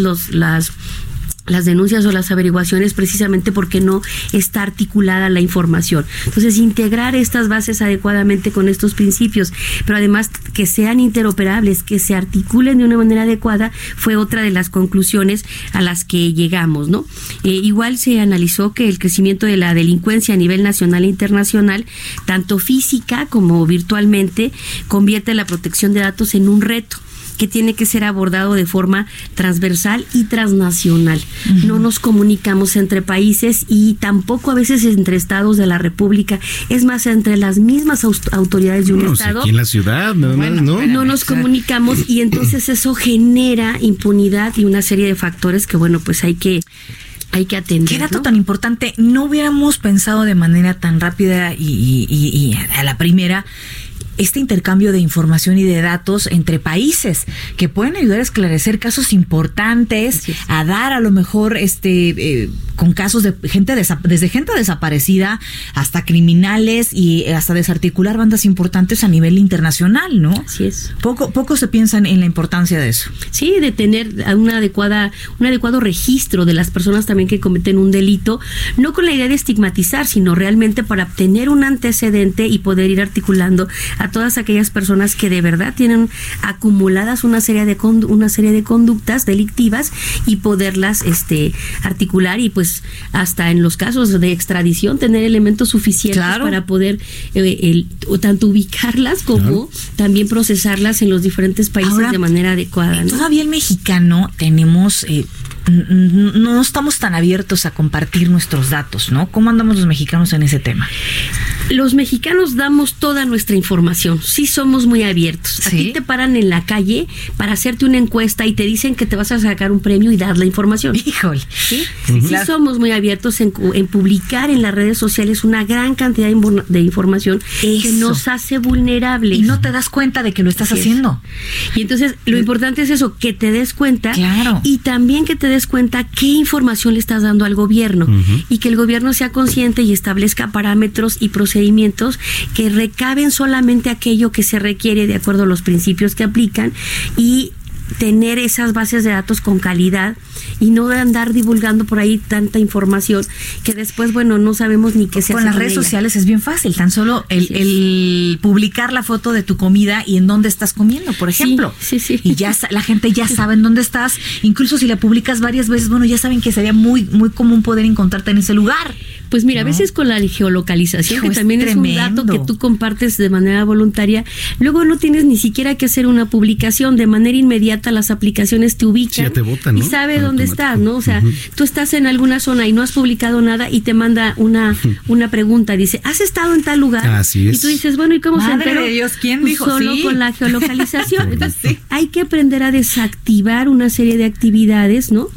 K: las denuncias o las averiguaciones precisamente porque no está articulada la información. Entonces, integrar estas bases adecuadamente con estos principios, pero además que sean interoperables, que se articulen de una manera adecuada, fue otra de las conclusiones a las que llegamos, ¿no? Igual se analizó que el crecimiento de la delincuencia a nivel nacional e internacional, tanto física como virtualmente, convierte la protección de datos en un reto que tiene que ser abordado de forma transversal y transnacional. No nos comunicamos entre países y tampoco a veces entre estados de la República. Es más, entre las mismas autoridades de un estado.
D: Aquí en la ciudad, no
K: nos comunicamos y entonces eso genera impunidad y una serie de factores que, bueno, pues hay que atender.
C: Qué dato tan importante. No hubiéramos pensado de manera tan rápida y a la primera este intercambio de información y de datos entre países que pueden ayudar a esclarecer casos importantes, a dar a lo mejor con casos de gente desde gente desaparecida hasta criminales y hasta desarticular bandas importantes a nivel internacional, ¿no?
K: Así es.
C: Poco se piensa en la importancia de eso.
K: Sí, de tener un adecuado registro de las personas también que cometen un delito, no con la idea de estigmatizar, sino realmente para obtener un antecedente y poder ir articulando a todas aquellas personas que de verdad tienen acumuladas una serie de conductas delictivas y poderlas articular y pues hasta en los casos de extradición tener elementos suficientes para poder tanto ubicarlas como también procesarlas en los diferentes países. Ahora, de manera adecuada, ¿no?
C: Todavía el mexicano tenemos no estamos tan abiertos a compartir nuestros datos, ¿no? ¿Cómo andamos los mexicanos en ese tema?
K: Los mexicanos damos toda nuestra información, sí somos muy abiertos. ¿Sí? Aquí te paran en la calle para hacerte una encuesta y te dicen que te vas a sacar un premio y das la información.
C: Híjole.
K: Sí, claro. Sí somos muy abiertos en publicar en las redes sociales una gran cantidad de información que nos hace vulnerables.
C: Y no te das cuenta de que lo estás haciendo.
K: Y entonces lo importante es eso, que te des cuenta y también que te des cuenta qué información le estás dando al gobierno y que el gobierno sea consciente y establezca parámetros y procedimientos que recaben solamente aquello que se requiere de acuerdo a los principios que aplican y tener esas bases de datos con calidad y no andar divulgando por ahí tanta información que después, bueno, no sabemos ni qué se hace
C: con las redes sociales. Es bien fácil, tan solo el publicar la foto de tu comida y en dónde estás comiendo, por ejemplo.
K: Sí.
C: Y ya la gente ya sabe en dónde estás. Incluso si la publicas varias veces, bueno, ya saben que sería muy, muy común poder encontrarte en ese lugar.
K: Pues mira, a veces con la geolocalización, que también
C: tremendo.
K: Es un dato que tú compartes de manera voluntaria, luego no tienes ni siquiera que hacer una publicación, de manera inmediata las aplicaciones te ubican,
D: ya te botan, ¿no?
K: Y sabe dónde estás, ¿no? O sea, tú estás en alguna zona y no has publicado nada y te manda una pregunta, dice, ¿has estado en tal lugar?
D: Así es.
K: Y tú dices, bueno, ¿y cómo se enteró?
C: Madre de Dios, ¿quién dijo?
K: Solo con la geolocalización. Entonces, hay que aprender a desactivar una serie de actividades, ¿no?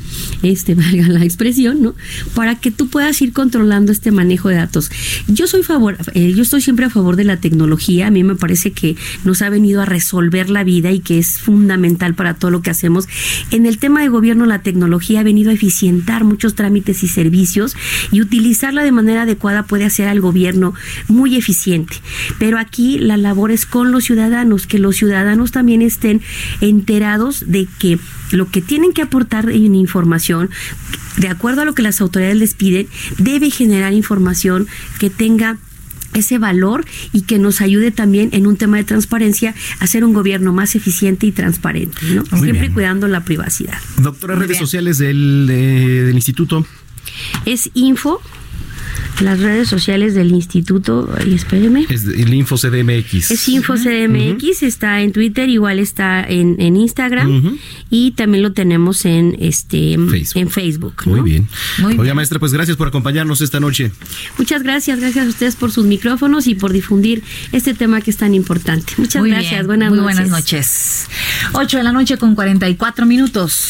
K: valga la expresión, ¿no? Para que tú puedas ir controlando este manejo de datos. Yo estoy siempre a favor de la tecnología. A mí me parece que nos ha venido a resolver la vida y que es fundamental para todo lo que hacemos. En el tema de gobierno, la tecnología ha venido a eficientar muchos trámites y servicios, y utilizarla de manera adecuada puede hacer al gobierno muy eficiente. Pero aquí la labor es con los ciudadanos, que los ciudadanos también estén enterados de que lo que tienen que aportar en información, de acuerdo a lo que las autoridades les piden, debe generar información que tenga ese valor y que nos ayude también en un tema de transparencia a hacer un gobierno más eficiente y transparente, ¿no? Siempre cuidando la privacidad.
D: Doctora, redes sociales del instituto.
K: Es info. Las redes sociales del instituto, espéreme.
D: Es el Info CDMX.
K: Es Info CDMX, está en Twitter, igual está en Instagram, y también lo tenemos en Facebook. ¿No?
D: Muy bien. Oiga, maestra, pues gracias por acompañarnos esta noche.
K: Muchas gracias a ustedes por sus micrófonos y por difundir este tema que es tan importante. Muchas gracias,
C: bien.
K: Buenas
C: noches.
K: Muy
C: buenas noches. 8:00 con 44 minutos.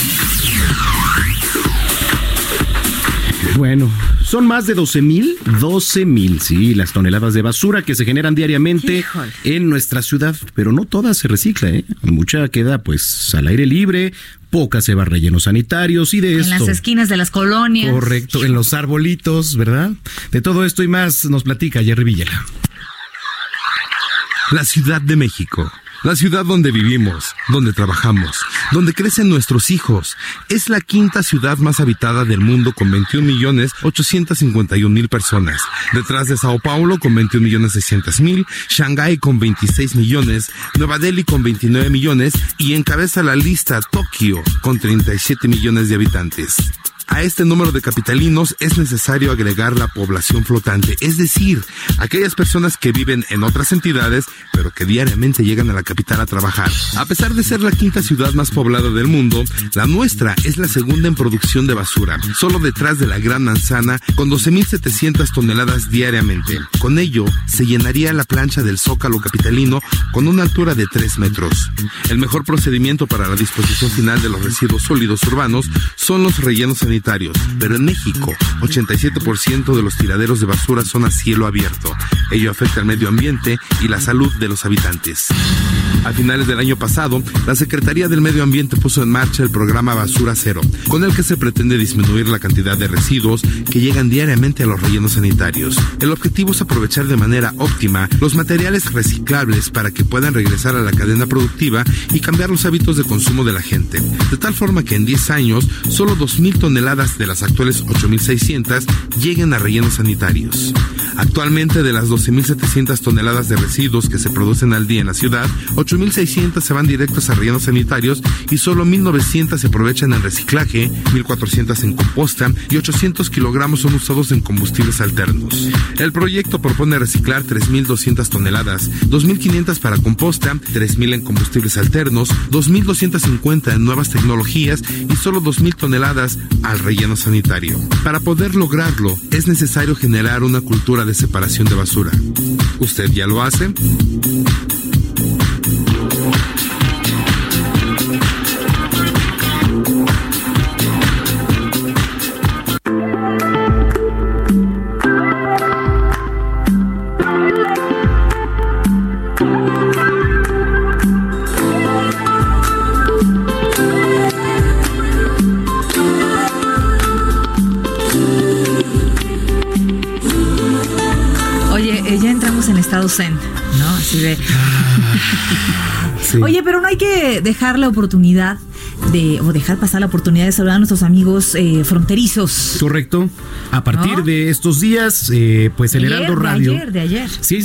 D: Bueno, son más de 12,000, sí, las toneladas de basura que se generan diariamente en nuestra ciudad, pero no toda se recicla, mucha queda pues al aire libre, poca se va a rellenos sanitarios y de esto.
C: En las esquinas de las colonias.
D: Correcto, en los arbolitos, ¿verdad? De todo esto y más nos platica Jerry Villela.
L: La Ciudad de México. La ciudad donde vivimos, donde trabajamos, donde crecen nuestros hijos. Es la quinta ciudad más habitada del mundo con 21,851,000 personas. Detrás de Sao Paulo con 21,600,000, Shanghái con 26 millones, Nueva Delhi con 29 millones y encabeza la lista Tokio con 37 millones de habitantes. A este número de capitalinos es necesario agregar la población flotante, es decir, aquellas personas que viven en otras entidades, pero que diariamente llegan a la capital a trabajar. A pesar de ser la quinta ciudad más poblada del mundo, la nuestra es la segunda en producción de basura, solo detrás de la Gran Manzana, con 12,700 toneladas diariamente. Con ello, se llenaría la plancha del Zócalo capitalino con una altura de 3 metros. El mejor procedimiento para la disposición final de los residuos sólidos urbanos son los rellenos sanitarios, pero en México, 87% de los tiraderos de basura son a cielo abierto. Ello afecta al medio ambiente y la salud de los habitantes. A finales del año pasado, la Secretaría del Medio Ambiente puso en marcha el programa Basura Cero, con el que se pretende disminuir la cantidad de residuos que llegan diariamente a los rellenos sanitarios. El objetivo es aprovechar de manera óptima los materiales reciclables para que puedan regresar a la cadena productiva y cambiar los hábitos de consumo de la gente. De tal forma que en 10 años, solo 2,000 toneladas de las actuales 8,600 lleguen a rellenos sanitarios. Actualmente, de las 12,700 toneladas de residuos que se producen al día en la ciudad, 8,600 se van directos a rellenos sanitarios y solo 1,900 se aprovechan en reciclaje, 1,400 en composta y 800 kilogramos son usados en combustibles alternos. El proyecto propone reciclar 3,200 toneladas, 2,500 para composta, 3,000 en combustibles alternos, 2,250 en nuevas tecnologías y solo 2,000 toneladas al relleno sanitario. Para poder lograrlo, es necesario generar una cultura de separación de basura. ¿Usted ya lo hace?
C: En estado zen, ¿no? Así de... Sí. Oye, pero no hay que dejar la oportunidad dejar pasar la oportunidad de saludar a nuestros amigos fronterizos.
D: Correcto. A partir de estos días, pues el Heraldo Radio.
C: De ayer.
D: Sí.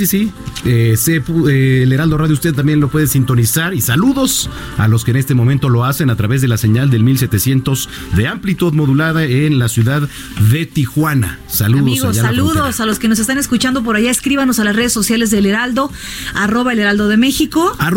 D: El Heraldo Radio usted también lo puede sintonizar. Y saludos a los que en este momento lo hacen a través de la señal del 1700 de amplitud modulada en la ciudad de Tijuana. Saludos.
C: Amigos, saludos a los que nos están escuchando por allá. Escríbanos a las redes sociales del Heraldo, @el Heraldo de México.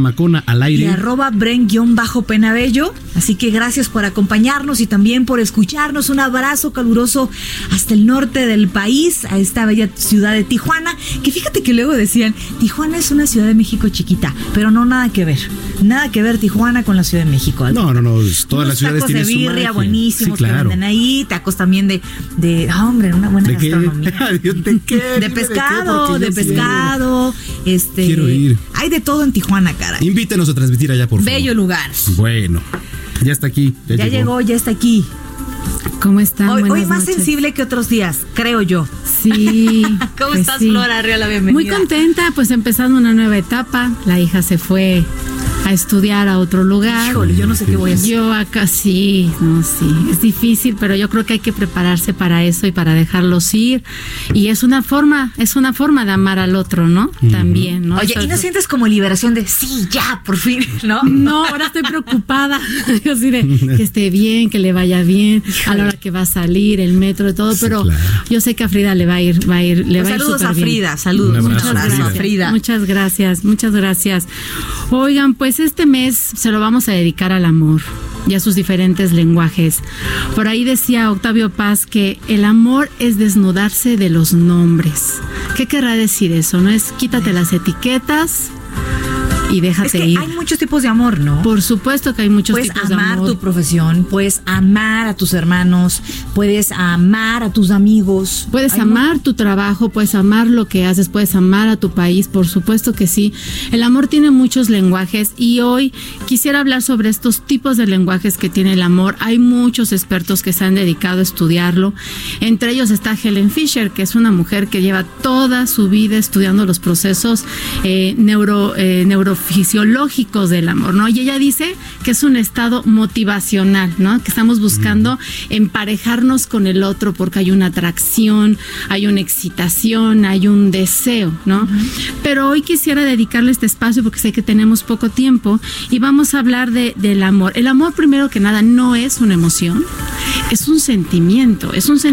D: Zamacona al aire.
C: Y @Bren_Penabello. Así que gracias por acompañarnos y también por escucharnos. Un abrazo caluroso hasta el norte del país, a esta bella ciudad de Tijuana, que fíjate que luego decían, Tijuana es una Ciudad de México chiquita, pero no, nada que ver Tijuana con la Ciudad de México.
D: No, todas las ciudades tienen su magia.
C: Tacos de birria buenísimos,
D: sí, claro,
C: que venden ahí, tacos también de una buena gastronomía.
D: ¿De qué?
C: De pescado.
D: Quiero ir.
C: Hay de todo en Tijuana, caray.
D: Invítenos a transmitir allá, por favor.
C: Bello lugar.
D: Bueno, ya está aquí.
C: Ya llegó, ya está aquí.
M: ¿Cómo están?
C: Hoy más
M: noches.
C: sensible que otros días, creo yo.
M: Sí.
C: ¿Cómo
M: pues
C: estás,
M: sí.
C: Flora? La bienvenida.
M: Muy contenta, pues empezando una nueva etapa. La hija se fue a estudiar a otro lugar.
C: Híjole, yo no sé qué voy a hacer.
M: Yo acá sí, es difícil, pero yo creo que hay que prepararse para eso y para dejarlos ir. Y es una forma de amar al otro, ¿no? También, ¿no?
C: Oye, ¿y no sientes como liberación de sí, ya, por fin, no?
M: No, ahora estoy preocupada. Yo así de que esté bien, que le vaya bien, a la hora que va a salir, el metro y todo, pero claro, yo sé que a Frida le va a ir, le va a ir
C: saludos
M: súper
C: a Frida,
M: bien.
C: saludos.
M: Muchas gracias,
C: Frida.
M: Muchas gracias. Oigan, pues este mes se lo vamos a dedicar al amor y a sus diferentes lenguajes. Por ahí decía Octavio Paz que el amor es desnudarse de los nombres. ¿Qué querrá decir eso? No es quítate las etiquetas y déjate
C: es que
M: ir.
C: Hay muchos tipos de amor, ¿no?
M: Por supuesto que hay muchos tipos de amor.
C: Puedes amar tu profesión, puedes amar a tus hermanos, puedes amar a tus amigos.
M: Puedes amar tu trabajo, puedes amar lo que haces, puedes amar a tu país, por supuesto que sí. El amor tiene muchos lenguajes y hoy quisiera hablar sobre estos tipos de lenguajes que tiene el amor. Hay muchos expertos que se han dedicado a estudiarlo. Entre ellos está Helen Fisher, que es una mujer que lleva toda su vida estudiando los procesos neurofisiológicos del amor, ¿no? Y ella dice que es un estado motivacional, ¿no? Que estamos buscando emparejarnos con el otro porque hay una atracción, hay una excitación, hay un deseo, ¿no? Pero hoy quisiera dedicarle este espacio porque sé que tenemos poco tiempo y vamos a hablar del amor. El amor, primero que nada, no es una emoción, es un sentimiento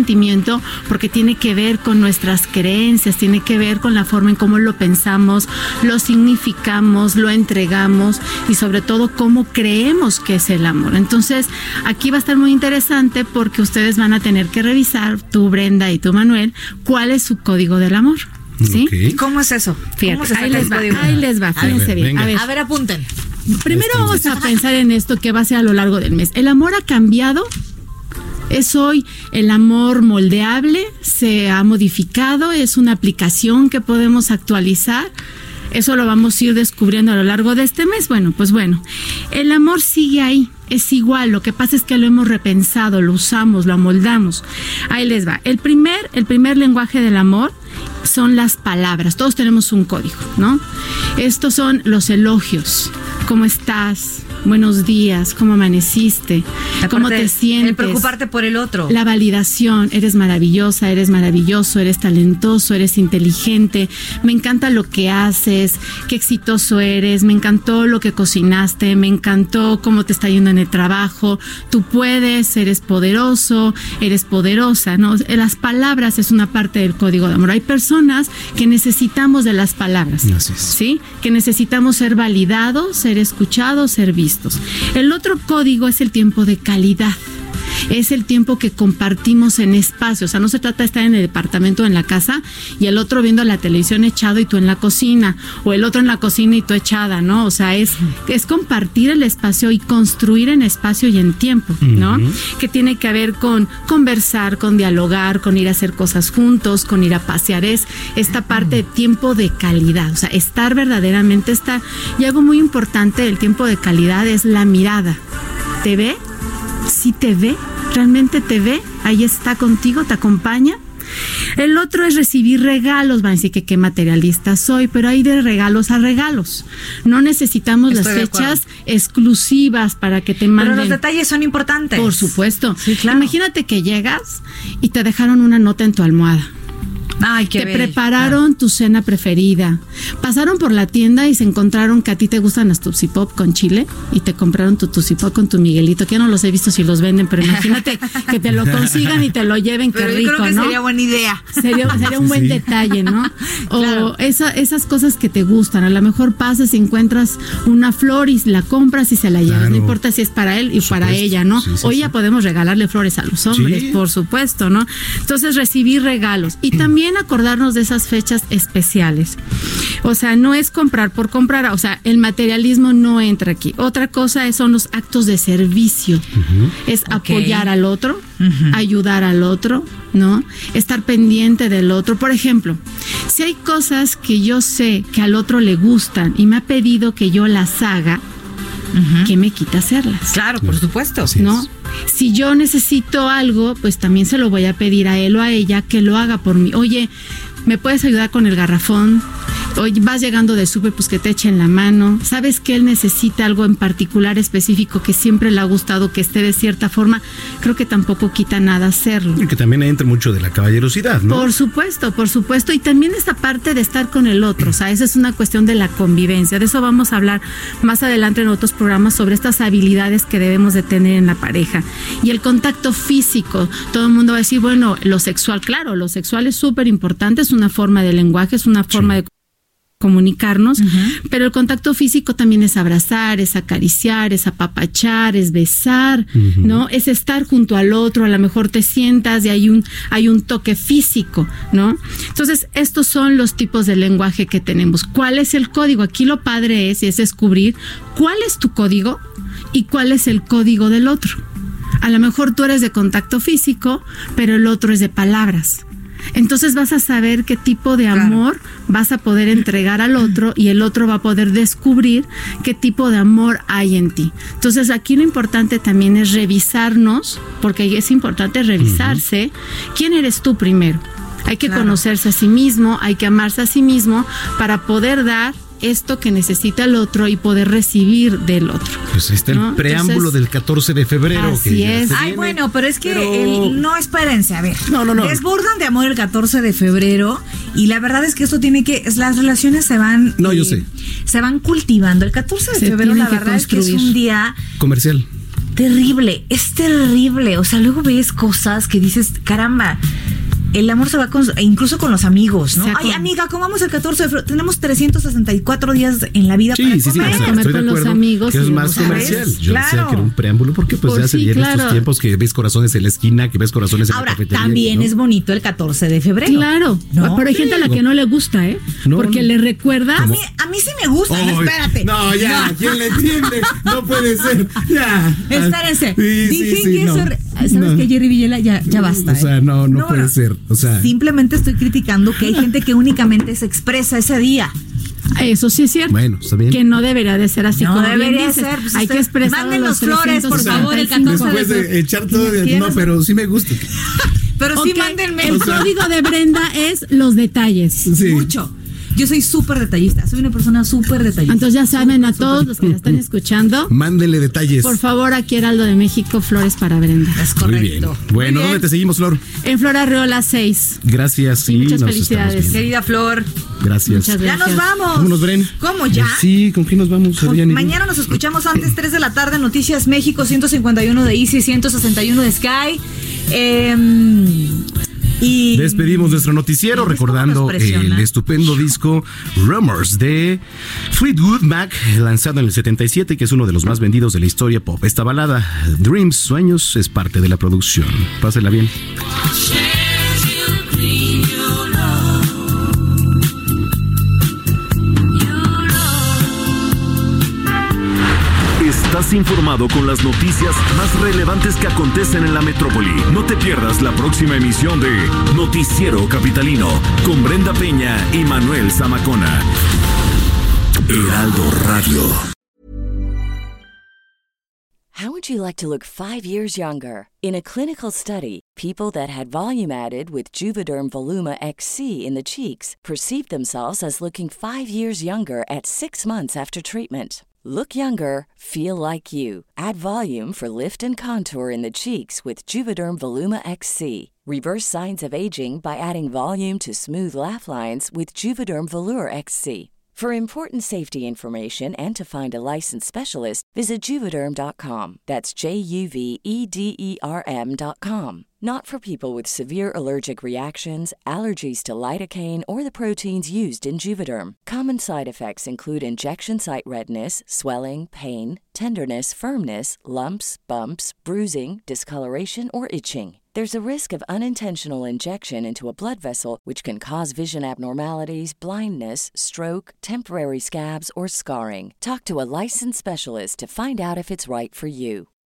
M: porque tiene que ver con nuestras creencias, tiene que ver con la forma en cómo lo pensamos, lo significamos, lo entregamos y sobre todo cómo creemos que es el amor. Entonces, aquí va a estar muy interesante porque ustedes van a tener que revisar, tú Brenda y tú Manuel, cuál es su código del amor. ¿Sí?
C: Okay. ¿Cómo es eso?
M: Fíjate, ahí les va, fíjense bien.
C: A ver, apunten.
M: Primero vamos a pensar en esto que va a ser a lo largo del mes. ¿El amor ha cambiado? ¿Es hoy el amor moldeable? ¿Se ha modificado? ¿Es una aplicación que podemos actualizar? Eso lo vamos a ir descubriendo a lo largo de este mes. Bueno, el amor sigue ahí, es igual, lo que pasa es que lo hemos repensado, lo usamos, lo amoldamos. Ahí les va. El primer lenguaje del amor son las palabras. Todos tenemos un código, ¿no? Estos son los elogios. ¿Cómo estás? Buenos días, ¿cómo amaneciste? ¿Cómo te sientes?
C: El preocuparte por el otro.
M: La validación, eres maravillosa, eres maravilloso, eres talentoso, eres inteligente, me encanta lo que haces, qué exitoso eres, me encantó lo que cocinaste, me encantó cómo te está yendo en el trabajo, tú puedes, eres poderoso, eres poderosa, ¿no? Las palabras es una parte del código de amor. Hay personas que necesitamos de las palabras, ¿sí? Que necesitamos ser validados, ser escuchados, ser vistos. El otro código es el tiempo de calidad. Es el tiempo que compartimos en espacio. O sea, no se trata de estar en el departamento o en la casa y el otro viendo la televisión echado y tú en la cocina, o el otro en la cocina y tú echada, ¿no? O sea, es compartir el espacio y construir en espacio y en tiempo, ¿no? Que tiene que ver con conversar, con dialogar, con ir a hacer cosas juntos, con ir a pasear. Es esta parte de tiempo de calidad. O sea, estar verdaderamente estar. Y algo muy importante del tiempo de calidad es la mirada. ¿Te ve? ¿Sí te ve? ¿Realmente te ve? Ahí está contigo, te acompaña. El otro es recibir regalos. Van a decir que qué materialista soy, pero hay de regalos a regalos. No necesitamos las fechas exclusivas para que te manden.
C: Pero los detalles son importantes.
M: Por supuesto.
C: Sí, claro.
M: Imagínate que llegas y te dejaron una nota en tu almohada.
C: Ay, qué
M: te
C: bello.
M: prepararon tu cena preferida. Pasaron por la tienda y se encontraron que a ti te gustan las Tutsi Pop con chile y te compraron tu Tutsi Pop con tu Miguelito, que yo no los he visto si los venden, pero imagínate que te lo consigan y te lo lleven,
C: Pero
M: qué
C: yo
M: rico,
C: creo que
M: ¿no?
C: sería buena idea.
M: Sería un buen detalle, ¿no? O
C: Claro.
M: esas cosas que te gustan. A lo mejor pasas y encuentras una flor y la compras y se la llevas.
D: Claro.
M: No importa si es para él y para ella, ¿no?
D: Sí, sí,
M: Hoy
D: sí.
M: ya podemos regalarle flores a los hombres,
D: Sí.
M: por supuesto, ¿no? Entonces, recibir regalos. Y también acordarnos de esas fechas especiales. O sea, no es comprar por comprar. O sea, el materialismo no entra aquí. Otra cosa son los actos de servicio. Es apoyar al otro, ayudar al otro, ¿no? Estar pendiente del otro. Por ejemplo, si hay cosas que yo sé que al otro le gustan y me ha pedido que yo las haga, ¿qué me quita hacerlas?
C: Claro, por supuesto.
M: ¿No? Si yo necesito algo, pues también se lo voy a pedir a él o a ella que lo haga por mí. Oye, ¿me puedes ayudar con el garrafón? Oye, vas llegando de súper, pues que te echen la mano. ¿Sabes que él necesita algo en particular específico que siempre le ha gustado que esté de cierta forma? Creo que tampoco quita nada hacerlo.
D: Y que también entra mucho de la caballerosidad, ¿no?
M: Por supuesto, por supuesto. Y también esta parte de estar con el otro. O sea, esa es una cuestión de la convivencia. De eso vamos a hablar más adelante en otros programas sobre estas habilidades que debemos de tener en la pareja. Y el contacto físico. Todo el mundo va a decir, bueno, lo sexual, claro, lo sexual es súper importante, es una forma de lenguaje, es una forma de comunicarnos, pero el contacto físico también es abrazar, es acariciar, es apapachar, es besar, ¿no? Es estar junto al otro, a lo mejor te sientas y hay un toque físico, ¿no? Entonces, estos son los tipos de lenguaje que tenemos. ¿Cuál es el código? Aquí lo padre es descubrir cuál es tu código y cuál es el código del otro. A lo mejor tú eres de contacto físico, pero el otro es de palabras. Entonces vas a saber qué tipo de amor vas a poder entregar al otro y el otro va a poder descubrir qué tipo de amor hay en ti. Entonces aquí lo importante también es revisarnos, porque es importante revisarse. ¿Quién eres tú primero? Hay que conocerse a sí mismo, hay que amarse a sí mismo para poder dar esto que necesita el otro y poder recibir del otro.
D: Pues está el preámbulo del 14 de febrero.
M: Así
D: que
M: es.
C: Ay, bueno, pero es que no, espérense, a ver.
D: No.
C: Desbordan de amor el 14 de febrero y la verdad es que esto tiene que, las relaciones se van...
D: No, yo sé.
C: Se van cultivando. El 14 de febrero la verdad es que es un día...
D: Comercial.
C: Terrible, es terrible. O sea, luego ves cosas que dices, caramba... El amor se va incluso con los amigos, ¿no? Ay, amiga, comamos el 14 de febrero. Tenemos 364 días en la vida para comer.
D: Sí,
M: para comer con los amigos.
D: Que es más comercial. Yo decía que era un preámbulo porque pues ya se vienen estos tiempos que ves corazones en la esquina, que ves corazones en la cafetería.
C: Ahora, también es bonito el 14 de febrero.
M: Claro, ¿no? Pero hay gente a la que no le gusta, ¿eh?
D: No,
M: porque le recuerda...
C: A mí sí me gusta, espérate.
D: No, ya,
C: No.
D: ¿quién le entiende? No puede ser. Ya.
C: Espérense. Dije
D: Sí,
C: que
D: no.
C: ¿Sabes qué, Jerry Villela? Ya basta.
D: O sea, no puede ser. O sea,
C: simplemente estoy criticando que hay gente que únicamente se expresa ese día.
M: Eso sí es cierto.
D: Bueno, está bien.
M: Que no debería de ser así.
C: No
M: como
C: debería
M: bien dices.
C: ser. Pues
M: hay que expresar.
C: Mándenos flores, por favor, el 14
D: después de echar todo. No, pero sí me gusta.
C: Pero sí, mándenme.
M: El código de Brenda es los detalles.
D: Sí.
C: Mucho. Yo soy súper detallista, soy una persona súper detallista.
M: Entonces ya saben a todos los que la están escuchando.
D: Mándenle detalles.
M: Por favor, aquí Heraldo de México, flores para Brenda.
C: Es correcto.
D: Muy bien. Bueno, ¿dónde te seguimos, Flor?
M: En Flor Arreola 6.
D: Gracias, sí.
M: Muchas
D: nos
M: felicidades.
D: estamos viendo.
C: Querida Flor.
D: Gracias.
M: Muchas
C: Ya
M: gracias.
C: nos vamos.
D: Vámonos, Bren.
C: ¿Cómo ya?
D: Sí, ¿con quién nos vamos?
C: Mañana nos escuchamos antes 3 de la tarde, Noticias México, 151 de Easy, 161 de Sky. Y
D: despedimos nuestro noticiero recordando el estupendo disco Rumors de Fleetwood Mac, lanzado en el 77, que es uno de los más vendidos de la historia pop. Esta balada, Dreams, Sueños, es parte de la producción. Pásela bien.
B: Estás informado con las noticias más relevantes que acontecen en la metrópoli. No te pierdas la próxima emisión de Noticiero Capitalino con Brenda Peña y Manuel Zamacona. Heraldo Radio.
N: How would you like to look 5 years younger? In a clinical study, people that had volume added with Juvederm Voluma XC in the cheeks perceived themselves as looking 5 years younger at 6 months after treatment. Look younger, feel like you. Add volume for lift and contour in the cheeks with Juvederm Voluma XC. Reverse signs of aging by adding volume to smooth laugh lines with Juvederm Volure XC. For important safety information and to find a licensed specialist, visit Juvederm.com. That's JUVEDERM.com. Not for people with severe allergic reactions, allergies to lidocaine, or the proteins used in Juvederm. Common side effects include injection site redness, swelling, pain, tenderness, firmness, lumps, bumps, bruising, discoloration, or itching. There's a risk of unintentional injection into a blood vessel, which can cause vision abnormalities, blindness, stroke, temporary scabs, or scarring. Talk to a licensed specialist to find out if it's right for you.